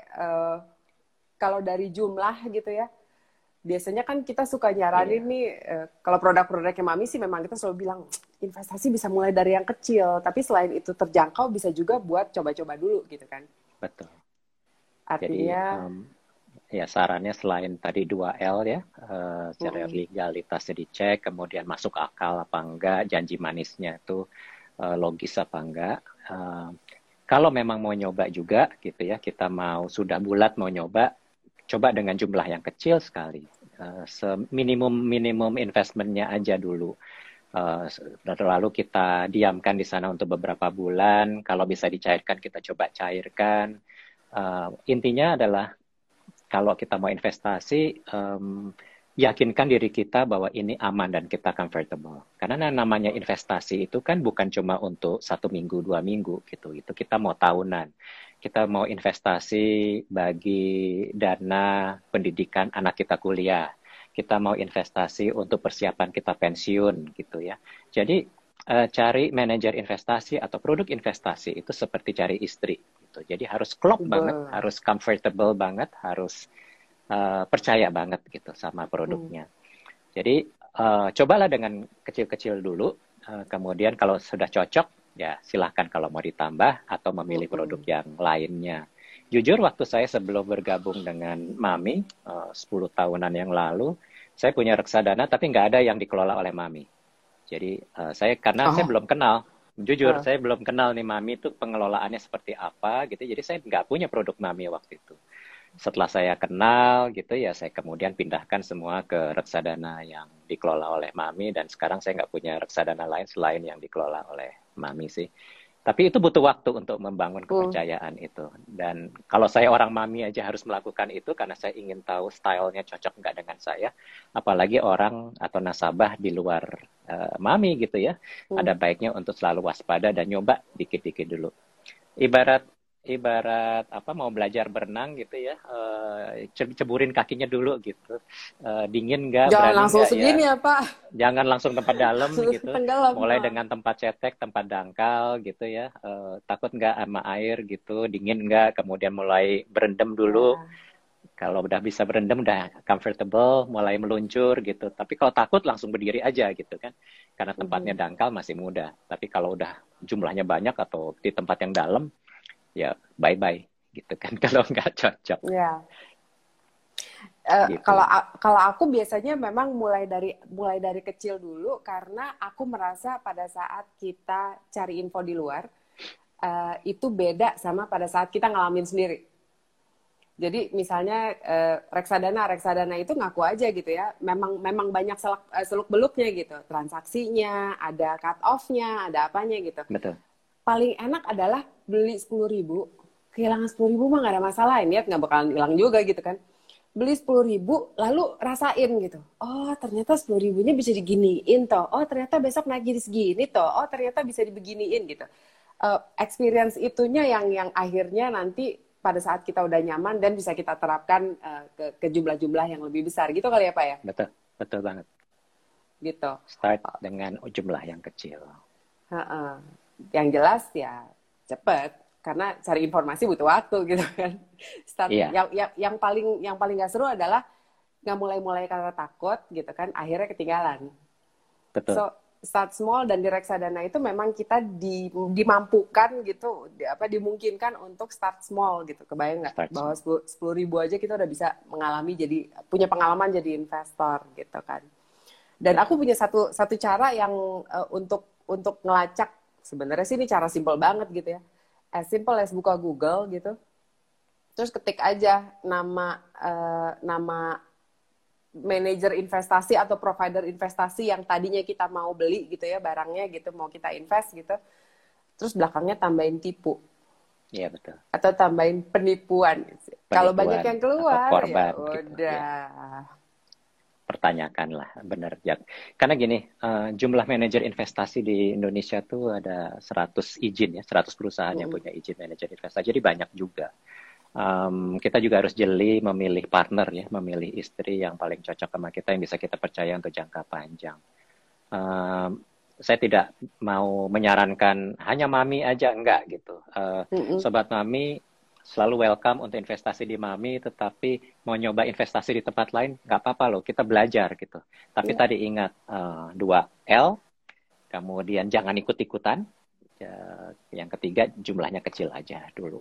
kalau dari jumlah gitu ya, biasanya kan kita suka nyaranin nih, kalau produk-produknya Mami sih memang kita selalu bilang, investasi bisa mulai dari yang kecil, tapi selain itu terjangkau bisa juga buat coba-coba dulu gitu kan. Betul. Jadi Artinya, ya sarannya selain tadi 2L ya, secara legalitasnya dicek, kemudian masuk akal apa enggak, janji manisnya itu logis apa enggak. Kalau memang mau nyoba juga gitu ya, kita mau sudah bulat mau nyoba, coba dengan jumlah yang kecil sekali. Minimum investmentnya aja dulu. Lalu kita diamkan di sana untuk beberapa bulan. Kalau bisa dicairkan, kita coba cairkan. Intinya adalah kalau kita mau investasi, yakinkan diri kita bahwa ini aman dan kita comfortable. Karena namanya investasi itu kan bukan cuma untuk 1 minggu, 2 minggu gitu. Itu kita mau tahunan. Kita mau investasi bagi dana pendidikan anak kita kuliah. Kita mau investasi untuk persiapan kita pensiun gitu ya. Jadi cari manajer investasi atau produk investasi itu seperti cari istri gitu. Jadi harus klop banget, harus comfortable banget, harus percaya banget gitu sama produknya. Jadi cobalah dengan kecil-kecil dulu, kemudian kalau sudah cocok ya silahkan kalau mau ditambah atau memilih produk yang lainnya. Jujur waktu saya sebelum bergabung dengan Mami 10 tahunan yang lalu, saya punya reksadana tapi nggak ada yang dikelola oleh Mami. Jadi saya belum kenal, jujur saya belum kenal nih Mami itu pengelolaannya seperti apa gitu. Jadi saya nggak punya produk Mami waktu itu. Setelah saya kenal gitu ya, saya kemudian pindahkan semua ke reksadana yang dikelola oleh Mami, dan sekarang saya nggak punya reksadana lain selain yang dikelola oleh Mami sih. Tapi itu butuh waktu untuk membangun kepercayaan itu. Dan kalau saya orang Mami aja harus melakukan itu karena saya ingin tahu stylenya cocok nggak dengan saya. Apalagi orang atau nasabah di luar Mami gitu ya. Ada baiknya untuk selalu waspada dan nyoba dikit-dikit dulu. Ibarat apa mau belajar berenang gitu ya, ceburin kakinya dulu gitu, dingin nggak, jangan berani langsung nggak ya, segini ya Pak. jangan langsung tempat dalam gitu, Tenggelam. mulai dengan tempat cetek, tempat dangkal gitu ya, takut nggak sama air gitu, dingin nggak, kemudian mulai berendam dulu. Kalau udah bisa berendam, udah comfortable, mulai meluncur gitu. Tapi kalau takut langsung berdiri aja gitu kan. Karena tempatnya dangkal masih mudah. Tapi kalau udah jumlahnya banyak atau di tempat yang dalam, ya bye-bye gitu kan kalau nggak cocok. Ya. Gitu. Kalau aku biasanya memang mulai dari kecil dulu karena aku merasa pada saat kita cari info di luar itu beda sama pada saat kita ngalamin sendiri. Jadi misalnya reksadana itu ngaku aja gitu ya, memang banyak seluk beluknya gitu, transaksinya, ada cut off-nya, ada apanya gitu. Betul. Paling enak adalah beli 10.000, kehilangan 10.000 mah nggak ada masalah, niat nggak bakalan hilang juga gitu kan. Beli 10.000 lalu rasain gitu, oh ternyata 10.000-nya bisa diginiin toh, oh ternyata besok naik jadi segini toh, oh ternyata bisa dibeginiin gitu. Experience itunya yang akhirnya nanti pada saat kita udah nyaman dan bisa kita terapkan ke jumlah-jumlah yang lebih besar gitu kali ya Pak ya. Betul banget. Gitu. Start dengan jumlah yang kecil. Yang jelas ya cepet, karena cari informasi butuh waktu gitu kan. Yang paling nggak seru adalah nggak mulai karena takut gitu kan, akhirnya ketinggalan. Betul. So start small, dan di reksadana itu memang kita dimampukan gitu, dimungkinkan untuk start small gitu. Kebayang nggak bahwa 10.000 aja kita udah bisa punya pengalaman jadi investor gitu kan. Dan aku punya satu cara yang untuk ngelacak, sebenarnya sih ini cara simple banget gitu ya. As simple as buka Google gitu. Terus ketik aja nama manajer investasi atau provider investasi yang tadinya kita mau beli gitu ya, barangnya gitu, mau kita invest gitu. Terus belakangnya tambahin tipu. Iya, betul. Atau tambahin penipuan. Kalau banyak yang keluar, korban, ya gitu, udah. ya. Pertanyakanlah, benar, Jack. Karena gini, jumlah manajer investasi di Indonesia tuh ada 100 izin ya, 100 perusahaan yang punya izin manajer investasi. Jadi banyak juga. Kita juga harus jeli memilih partner ya, memilih istri yang paling cocok sama kita, yang bisa kita percaya untuk jangka panjang. Saya tidak mau menyarankan hanya Mami aja, enggak gitu. Sobat Mami selalu welcome untuk investasi di Mami, tetapi mau nyoba investasi di tempat lain, nggak apa-apa loh, kita belajar gitu. Tapi tadi ingat, 2L, kemudian jangan ikut-ikutan, yang ketiga jumlahnya kecil aja dulu.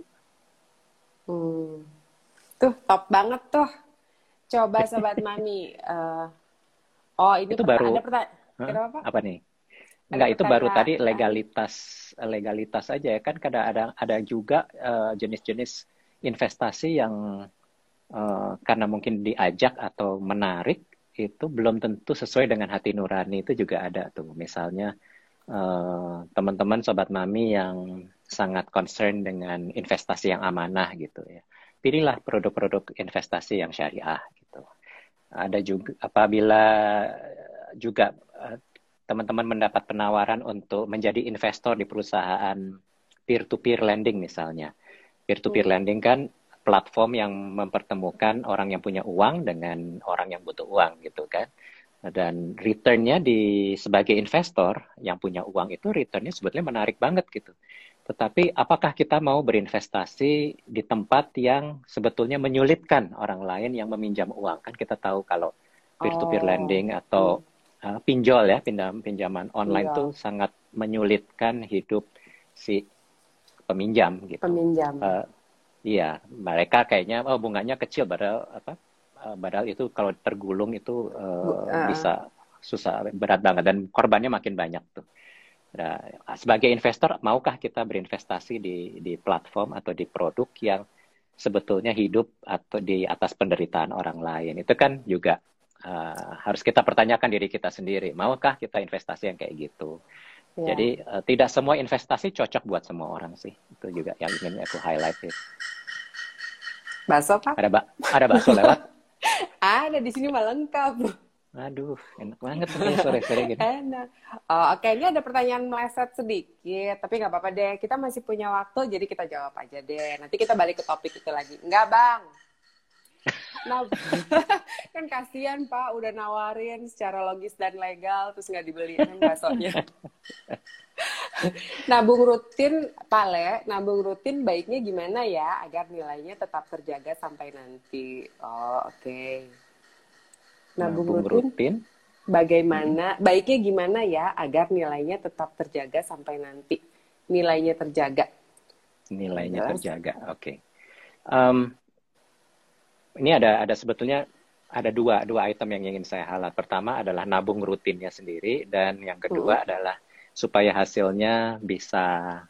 Tuh top banget tuh. Coba Sobat Mami. Ini itu baru, ada pertanyaan. apa nih? Enggak, itu baru tadi legalitas aja ya kan. Kadang ada juga jenis-jenis investasi yang karena mungkin diajak atau menarik itu belum tentu sesuai dengan hati nurani, itu juga ada tuh. Misalnya teman-teman Sobat Mami yang sangat concern dengan investasi yang amanah gitu ya, pilihlah produk-produk investasi yang syariah gitu. Ada juga apabila juga teman-teman mendapat penawaran untuk menjadi investor di perusahaan peer-to-peer lending misalnya. Peer-to-peer lending kan platform yang mempertemukan orang yang punya uang dengan orang yang butuh uang gitu kan. Dan return-nya sebagai investor yang punya uang itu return-nya sebetulnya menarik banget gitu. Tetapi apakah kita mau berinvestasi di tempat yang sebetulnya menyulitkan orang lain yang meminjam uang? Kan kita tahu kalau peer-to-peer lending atau pinjol ya, pinjaman online tuh sangat menyulitkan hidup si peminjam gitu. Iya, mereka kayaknya bunganya kecil, padahal itu kalau tergulung itu bisa susah, berat banget, dan korbannya makin banyak tuh. Nah, sebagai investor, maukah kita berinvestasi di platform atau di produk yang sebetulnya hidup atau di atas penderitaan orang lain? Itu kan juga harus kita pertanyakan diri kita sendiri. Maukah kita investasi yang kayak gitu? Jadi tidak semua investasi cocok buat semua orang sih. Itu juga yang ingin aku highlight. Bakso Pak? Ada bakso lewat? Ada, di sini mah lengkap. Aduh, enak banget nih sore-sore gini. Enak. Oke, ini ada pertanyaan meleset sedikit, tapi nggak apa-apa deh. Kita masih punya waktu, jadi kita jawab aja deh. Nanti kita balik ke topik itu lagi. Enggak, Bang. Nah, kan kasihan Pak, udah nawarin secara logis dan legal, terus nggak dibeliin baksonya. Nabung rutin, Pak Le, nabung rutin baiknya gimana ya agar nilainya tetap terjaga sampai nanti? Oke. Nabung rutin bagaimana? Baiknya gimana ya agar nilainya tetap terjaga sampai nanti? Nilainya terjaga. Nilainya terjaga, oke. Ini ada sebetulnya ada dua item yang ingin saya highlight. Pertama adalah nabung rutinnya sendiri, dan yang kedua adalah supaya hasilnya bisa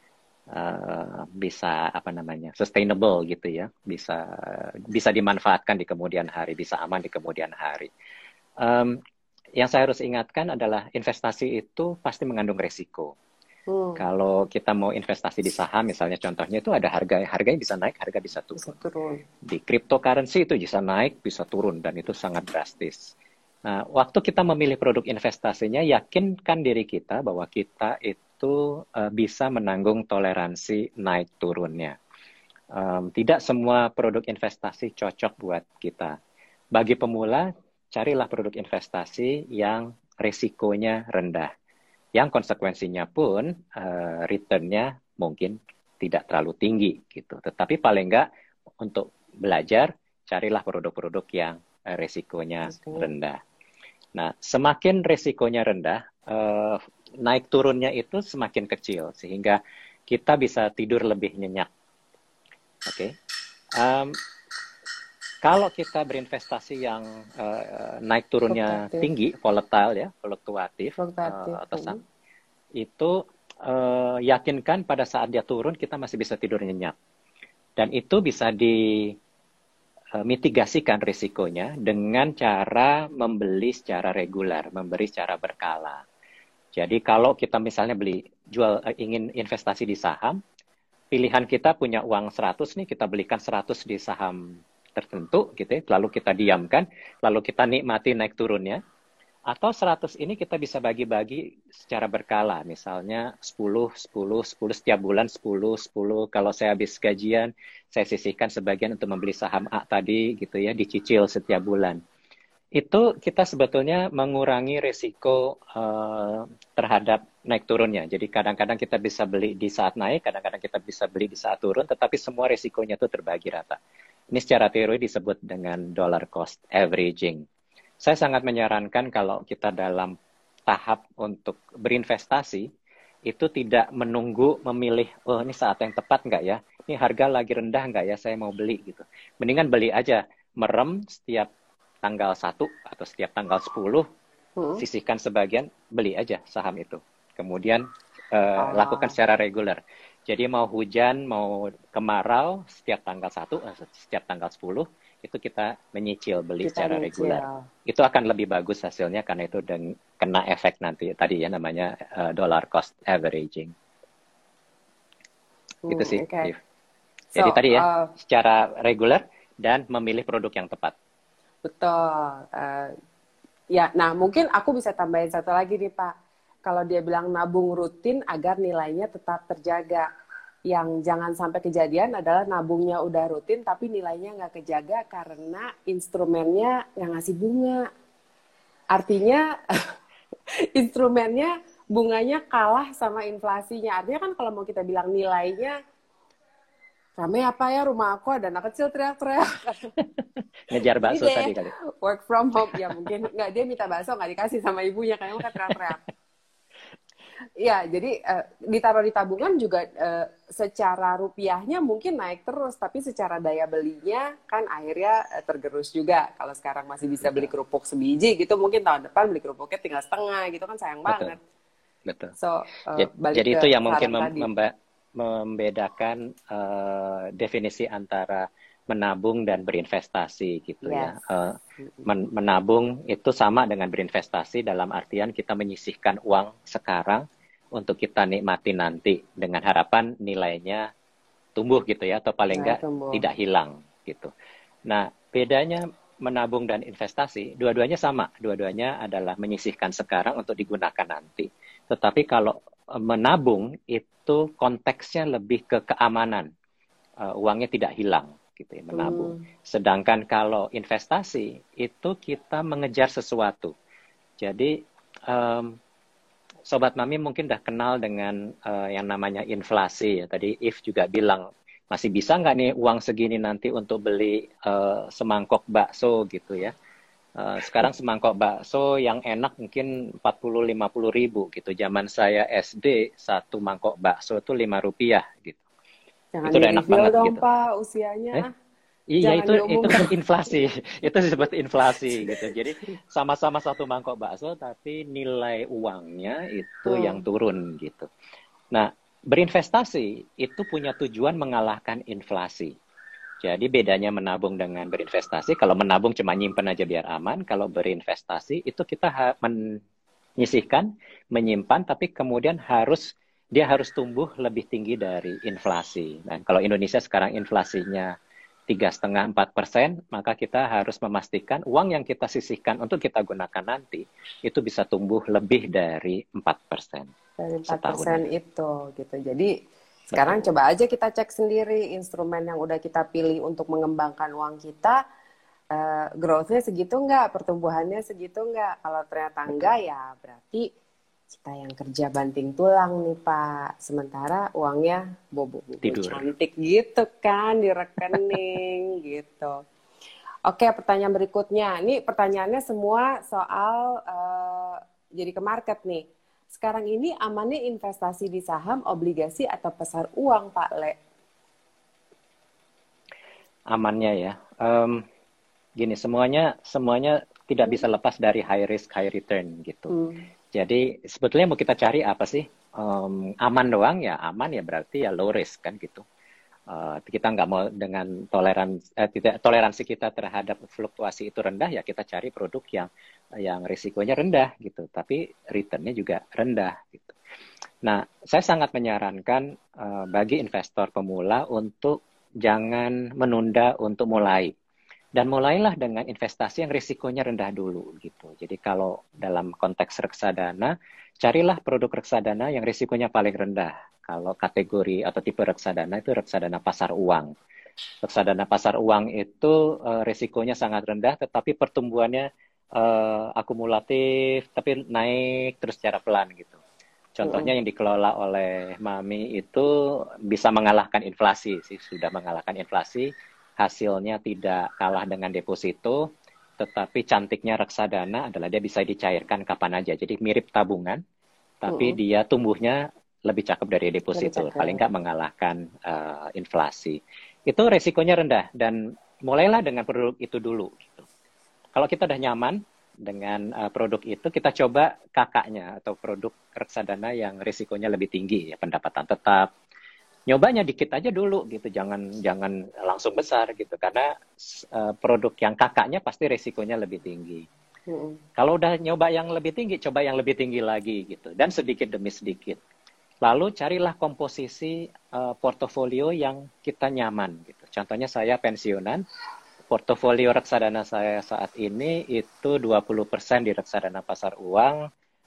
sustainable gitu ya, bisa dimanfaatkan di kemudian hari, bisa aman di kemudian hari. Yang saya harus ingatkan adalah investasi itu pasti mengandung resiko. Kalau kita mau investasi di saham misalnya, contohnya itu ada harganya bisa naik, harga bisa turun. Di cryptocurrency itu bisa naik, bisa turun, dan itu sangat drastis. Nah, waktu kita memilih produk investasinya, yakinkan diri kita bahwa kita itu bisa menanggung toleransi naik turunnya. Tidak semua produk investasi cocok buat kita. Bagi pemula, carilah produk investasi yang risikonya rendah, yang konsekuensinya pun return-nya mungkin tidak terlalu tinggi gitu. Tetapi paling enggak untuk belajar, carilah produk-produk yang risikonya rendah. Nah, semakin risikonya rendah, naik turunnya itu semakin kecil, sehingga kita bisa tidur lebih nyenyak. Oke. Kalau kita berinvestasi yang naik turunnya Fluktuatif. tinggi, volatile ya, fluktuatif, Fluktuatif. atau itu yakinkan pada saat dia turun kita masih bisa tidur nyenyak. Dan itu bisa dimitigasikan risikonya dengan cara membeli secara reguler, membeli secara berkala. Jadi kalau kita misalnya ingin investasi di saham, pilihan kita punya uang 100 nih, kita belikan 100 di saham tertentu gitu ya, lalu kita diamkan, lalu kita nikmati naik turunnya. Atau 100 ini kita bisa bagi-bagi secara berkala, misalnya 10, 10, 10 setiap bulan, 10, 10. Kalau saya habis gajian, saya sisihkan sebagian untuk membeli saham A tadi gitu ya, dicicil setiap bulan. Itu kita sebetulnya mengurangi risiko terhadap naik turunnya. Jadi kadang-kadang kita bisa beli di saat naik, kadang-kadang kita bisa beli di saat turun, tetapi semua risikonya itu terbagi rata. Ini secara teori disebut dengan dollar cost averaging. Saya sangat menyarankan kalau kita dalam tahap untuk berinvestasi, itu tidak menunggu memilih, oh ini saat yang tepat nggak ya? Ini harga lagi rendah nggak ya? Saya mau beli gitu. Mendingan beli aja, merem setiap tanggal 1 atau setiap tanggal 10, sisihkan sebagian, beli aja saham itu. Kemudian lakukan secara reguler. Jadi mau hujan, mau kemarau, setiap tanggal 1, setiap tanggal 10, itu kita menyicil beli secara reguler. Itu akan lebih bagus hasilnya karena itu kena efek nanti tadi ya namanya dollar cost averaging. Itu sih. Okay. Jadi tadi ya, secara reguler dan memilih produk yang tepat. Betul. Ya, nah mungkin aku bisa tambahin satu lagi nih Pak. Kalau dia bilang nabung rutin agar nilainya tetap terjaga. Yang jangan sampai kejadian adalah nabungnya udah rutin tapi nilainya nggak kejaga karena instrumennya yang ngasih bunga. Artinya instrumennya bunganya kalah sama inflasinya. Artinya kan kalau mau kita bilang nilainya rame apa ya rumah aku ada anak kecil teriak-teriak. Ngejar bakso tadi kali. Work from home ya mungkin nggak, dia minta bakso nggak dikasih sama ibunya karena mereka teriak-teriak. Ya jadi ditaruh di tabungan juga secara rupiahnya mungkin naik terus, tapi secara daya belinya kan akhirnya tergerus juga. Kalau sekarang masih bisa beli kerupuk sebiji gitu, mungkin tahun depan beli kerupuknya tinggal setengah gitu kan sayang banget. Betul. So jadi itu yang mungkin membedakan definisi antara menabung dan berinvestasi gitu ya. Menabung itu sama dengan berinvestasi dalam artian kita menyisihkan uang sekarang untuk kita nikmati nanti dengan harapan nilainya tumbuh gitu ya, atau paling enggak tidak hilang gitu. Nah, bedanya menabung dan investasi, dua-duanya sama. Dua-duanya adalah menyisihkan sekarang untuk digunakan nanti. Tetapi kalau menabung itu konteksnya lebih ke keamanan. Uangnya tidak hilang gitu ya, menabung. Sedangkan kalau investasi itu kita mengejar sesuatu. Jadi Sobat Mami mungkin udah kenal dengan yang namanya inflasi ya. Tadi If juga bilang masih bisa nggak nih uang segini nanti untuk beli semangkok bakso gitu ya. Sekarang semangkok bakso yang enak mungkin 40-50 ribu gitu. Zaman saya SD satu mangkok bakso itu 5 rupiah gitu. Jangan itu udah enak banget dong, gitu. Pak, usianya. Iya, itu kan inflasi. Itu disebut inflasi gitu. Jadi sama-sama satu mangkok bakso tapi nilai uangnya itu yang turun gitu. Nah, berinvestasi itu punya tujuan mengalahkan inflasi. Jadi bedanya menabung dengan berinvestasi, kalau menabung cuma nyimpen aja biar aman, kalau berinvestasi itu kita menyisihkan, menyimpan, tapi kemudian dia harus tumbuh lebih tinggi dari inflasi. Nah, kalau Indonesia sekarang inflasinya 3,5-4%, maka kita harus memastikan uang yang kita sisihkan untuk kita gunakan nanti itu bisa tumbuh lebih dari 4%. Dari 4% itu gitu. Jadi sekarang coba aja kita cek sendiri instrumen yang udah kita pilih untuk mengembangkan uang kita, growth-nya segitu nggak, pertumbuhannya segitu nggak. Kalau ternyata enggak ya berarti kita yang kerja banting tulang nih Pak. Sementara uangnya bobo-bobo cantik gitu kan di rekening gitu. Oke, pertanyaan berikutnya. Ini pertanyaannya semua soal jadi ke market nih. Sekarang ini amannya investasi di saham, obligasi, atau pasar uang, Pak Le? Amannya ya. gini, semuanya semuanya tidak bisa lepas dari high risk high return gitu. Jadi sebetulnya mau kita cari apa sih? Aman doang ya, aman ya berarti ya low risk kan gitu. Kita nggak mau dengan toleransi kita terhadap fluktuasi itu rendah, ya kita cari produk yang risikonya rendah gitu, tapi returnnya juga rendah gitu. Nah, saya sangat menyarankan bagi investor pemula untuk jangan menunda untuk mulai. Dan mulailah dengan investasi yang risikonya rendah dulu gitu. Jadi kalau dalam konteks reksadana, carilah produk reksadana yang risikonya paling rendah. Kalau kategori atau tipe reksadana itu reksadana pasar uang. Reksadana pasar uang itu risikonya sangat rendah, tetapi pertumbuhannya akumulatif, tapi naik terus secara pelan gitu. Contohnya yang dikelola oleh Mami itu bisa mengalahkan inflasi sih, sudah mengalahkan inflasi. Hasilnya tidak kalah dengan deposito, tetapi cantiknya reksadana adalah dia bisa dicairkan kapan aja. Jadi mirip tabungan, tapi dia tumbuhnya lebih cakep dari deposito, paling nggak mengalahkan inflasi. Itu resikonya rendah, dan mulailah dengan produk itu dulu. Gitu. Kalau kita udah nyaman dengan produk itu, kita coba kakaknya atau produk reksadana yang risikonya lebih tinggi, ya pendapatan tetap. Nyobanya dikit aja dulu gitu, jangan langsung besar gitu, karena produk yang kakaknya pasti risikonya lebih tinggi. Kalau udah nyoba yang lebih tinggi, coba yang lebih tinggi lagi gitu, dan sedikit demi sedikit. Lalu carilah komposisi portofolio yang kita nyaman gitu. Contohnya saya pensiunan, portofolio reksadana saya saat ini itu 20% di reksadana pasar uang,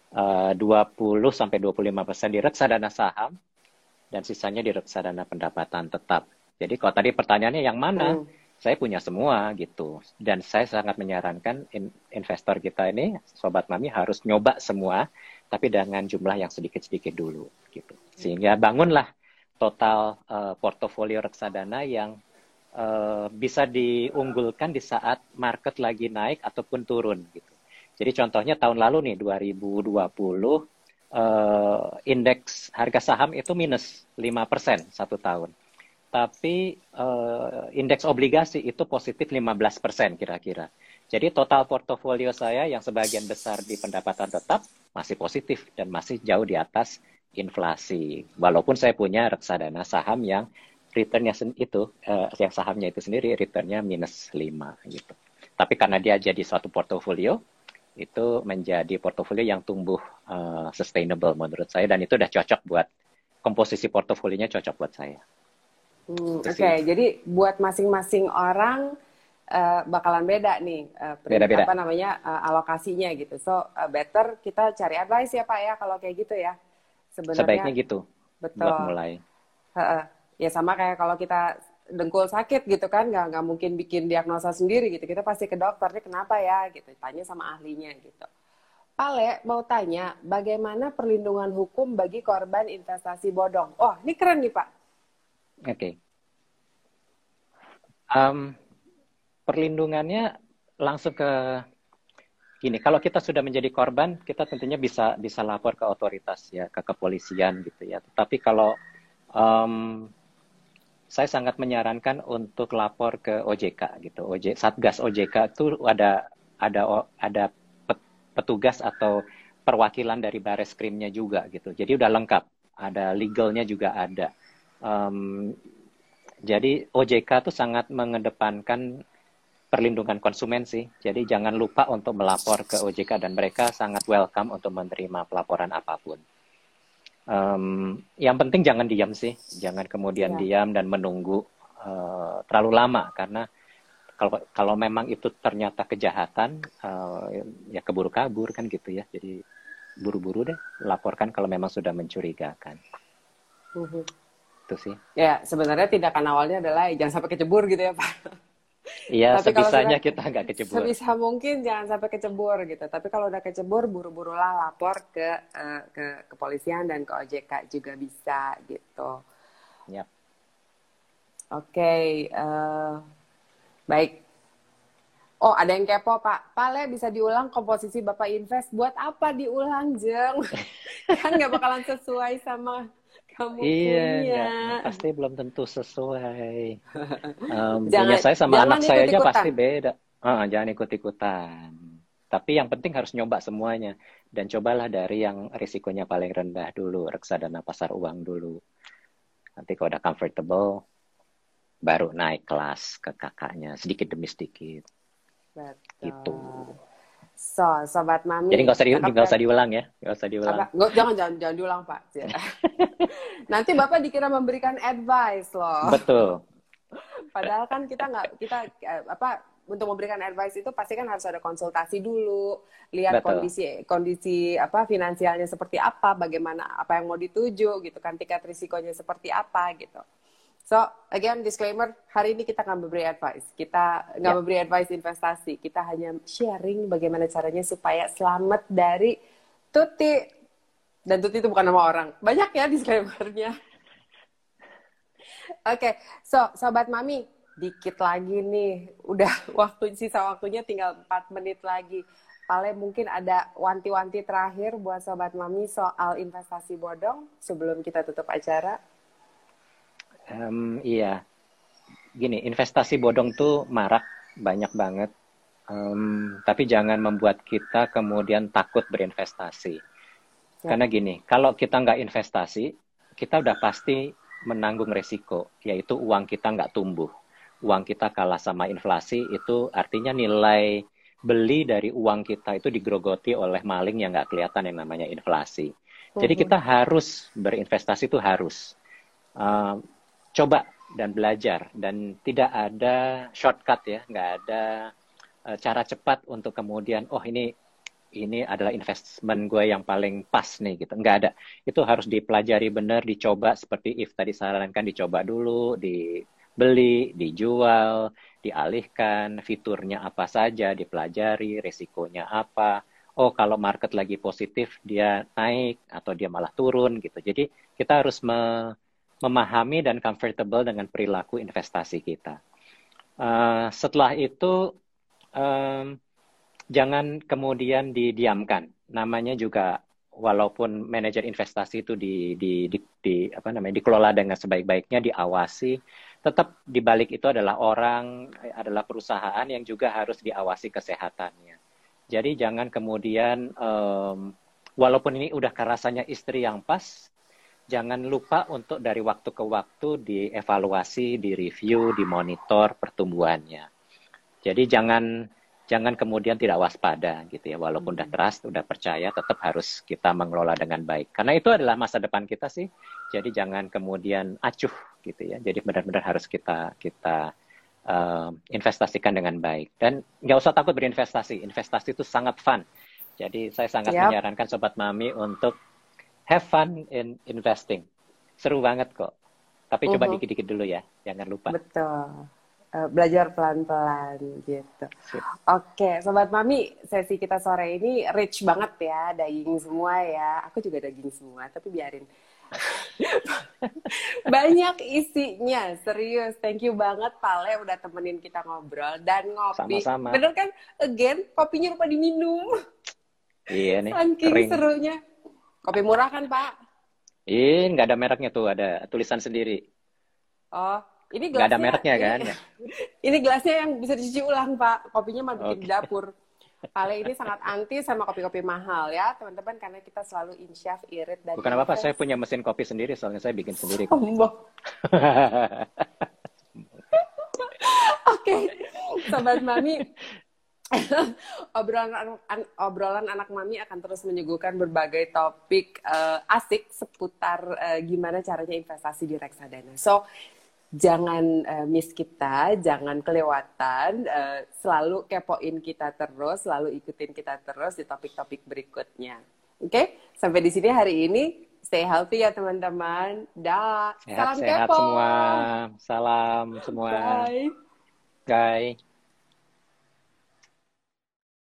20-25% di reksadana saham, dan sisanya di reksadana pendapatan tetap. Jadi kalau tadi pertanyaannya yang mana, saya punya semua gitu. Dan saya sangat menyarankan investor kita ini, Sobat Mami, harus nyoba semua, tapi dengan jumlah yang sedikit-sedikit dulu gitu. Sehingga bangunlah total portofolio reksadana yang bisa diunggulkan di saat market lagi naik ataupun turun gitu. Jadi contohnya tahun lalu nih 2020, indeks harga saham itu minus 5% satu tahun. Tapi indeks obligasi itu positif 15% kira-kira. Jadi total portofolio saya yang sebagian besar di pendapatan tetap masih positif dan masih jauh di atas inflasi. Walaupun saya punya reksadana saham yang returnnya itu, yang sahamnya itu sendiri returnnya minus 5 gitu. Tapi karena dia jadi suatu portofolio, itu menjadi portofolio yang tumbuh sustainable menurut saya, dan itu udah cocok buat komposisi portofolionya, cocok buat saya. Oke, jadi buat masing-masing orang bakalan beda nih beda-beda apa namanya alokasinya gitu. So better kita cari advice ya Pak ya kalau kayak gitu ya. Sebenarnya sebaiknya gitu. Betul. Buat mulai. Ya sama kayak kalau kita dengkul sakit gitu kan, nggak mungkin bikin diagnosa sendiri gitu, kita pasti ke dokternya kenapa ya gitu, tanya sama ahlinya gitu. Ale mau tanya, bagaimana perlindungan hukum bagi korban investasi bodong? Oh ini keren nih Pak. Oke. Perlindungannya langsung ke gini, kalau kita sudah menjadi korban, kita tentunya bisa lapor ke otoritas ya, ke kepolisian gitu ya. Tapi kalau saya sangat menyarankan untuk lapor ke OJK gitu. Satgas OJK itu ada petugas atau perwakilan dari Bareskrimnya juga gitu. Jadi udah lengkap, ada legalnya juga ada. Jadi OJK itu sangat mengedepankan perlindungan konsumen sih. Jadi jangan lupa untuk melapor ke OJK, dan mereka sangat welcome untuk menerima pelaporan apapun. Yang penting jangan diam sih, jangan kemudian diam dan menunggu terlalu lama, karena kalau memang itu ternyata kejahatan, ya keburu kabur kan gitu ya. Jadi buru-buru deh laporkan kalau memang sudah mencurigakan. Itu sih. Ya sebenarnya tindakan awalnya adalah jangan sampai kecebur gitu ya Pak. Iya, sebisanya kita nggak kecebur. Sebisa mungkin jangan sampai kecebur gitu. Tapi kalau udah kecebur, buru-burulah lapor ke kepolisian dan ke OJK juga bisa gitu. Yep. Oke, baik. Oh, ada yang kepo Pak. Pak Le, bisa diulang komposisi Bapak invest? Buat apa diulang, Jeng? Kan nggak bakalan sesuai sama kamu punya. Pasti belum tentu sesuai. Punya saya sama anak saya aja pasti beda. Jangan ikut-ikutan. Tapi yang penting harus nyoba semuanya. Dan cobalah dari yang risikonya paling rendah dulu, reksadana pasar uang dulu. Nanti kalau udah comfortable, baru naik kelas ke kakaknya, sedikit demi sedikit. Betul. Gitu. So, Sobat Mami. Jadi nggak usah diulang ya. Nggak usah diulang. Jangan diulang, Pak. Nanti Bapak dikira memberikan advice loh. Betul. Padahal kan kita untuk memberikan advice itu pasti kan harus ada konsultasi dulu, lihat kondisi finansialnya seperti apa, bagaimana apa yang mau dituju gitu kan, tingkat risikonya seperti apa gitu. So again disclaimer, hari ini kita nggak memberi advice, kita nggak memberi advice investasi, kita hanya sharing bagaimana caranya supaya selamat dari Tuti. Dan Tuti itu bukan nama orang, banyak ya disclaimernya. Oke, Sobat Mami, dikit lagi nih, udah sisa waktunya tinggal 4 menit lagi. Paling mungkin ada wanti-wanti terakhir buat Sobat Mami soal investasi bodong sebelum kita tutup acara. Iya, gini, investasi bodong tuh marak, banyak banget. Tapi jangan membuat kita kemudian takut berinvestasi. Karena gini, kalau kita nggak investasi, kita udah pasti menanggung resiko, yaitu uang kita nggak tumbuh. Uang kita kalah sama inflasi, itu artinya nilai beli dari uang kita itu digerogoti oleh maling yang nggak kelihatan yang namanya inflasi. Jadi kita harus berinvestasi, itu harus. Coba dan belajar, dan tidak ada shortcut ya, nggak ada cara cepat untuk kemudian, ini adalah investment gue yang paling pas nih gitu. Nggak ada. Itu harus dipelajari benar, dicoba seperti If tadi sarankan, dicoba dulu, dibeli, dijual, dialihkan, fiturnya apa saja, dipelajari, resikonya apa. Oh, kalau market lagi positif, dia naik atau dia malah turun gitu. Jadi kita harus memahami dan comfortable dengan perilaku investasi kita. Setelah itu, jangan kemudian didiamkan. Namanya juga, walaupun manajer investasi itu dikelola dengan sebaik-baiknya, diawasi, tetap di balik itu adalah perusahaan yang juga harus diawasi kesehatannya. Jadi jangan kemudian, walaupun ini udah rasanya istri yang pas, jangan lupa untuk dari waktu ke waktu dievaluasi, direview, dimonitor pertumbuhannya. Jadi jangan kemudian tidak waspada gitu ya. Walaupun udah trust, udah percaya, tetap harus kita mengelola dengan baik. Karena itu adalah masa depan kita sih. Jadi jangan kemudian acuh gitu ya. Jadi benar-benar harus kita investasikan dengan baik. Dan nggak usah takut berinvestasi. Investasi itu sangat fun. Jadi saya sangat menyarankan Sobat Mami untuk have fun in investing. Seru banget kok. Tapi coba dikit-dikit dulu ya. Jangan lupa. Betul. Belajar pelan-pelan gitu. Oke, Sobat Mami, sesi kita sore ini rich banget ya, daging semua ya. Aku juga daging semua, tapi biarin. Banyak isinya, serius. Thank you banget Pale udah temenin kita ngobrol dan ngopi. Sama-sama. Bener kan? Again, kopinya lupa diminum. Iya nih. Saking kering. serunya. Kopi murah kan Pak? Nggak ada mereknya tuh, ada tulisan sendiri. Oh. Ini gelasnya, nggak ada mereknya kan? Ini gelasnya yang bisa dicuci ulang Pak. Kopinya mah bikin di dapur. Pale ini sangat anti sama kopi-kopi mahal ya teman-teman, karena kita selalu insyaf, irit dan bukan apa-apa, saya punya mesin kopi sendiri, soalnya saya bikin sendiri. Oke, Sobat Mami, obrolan anak Mami akan terus menyuguhkan berbagai topik asik seputar gimana caranya investasi di reksadana. So jangan miss kita, jangan kelewatan, selalu kepoin kita terus, selalu ikutin kita terus di topik-topik berikutnya. Oke, sampai di sini hari ini. Stay healthy ya teman-teman. Dah, salam sehat kepo. Semua. Salam semua. Bye. Bye.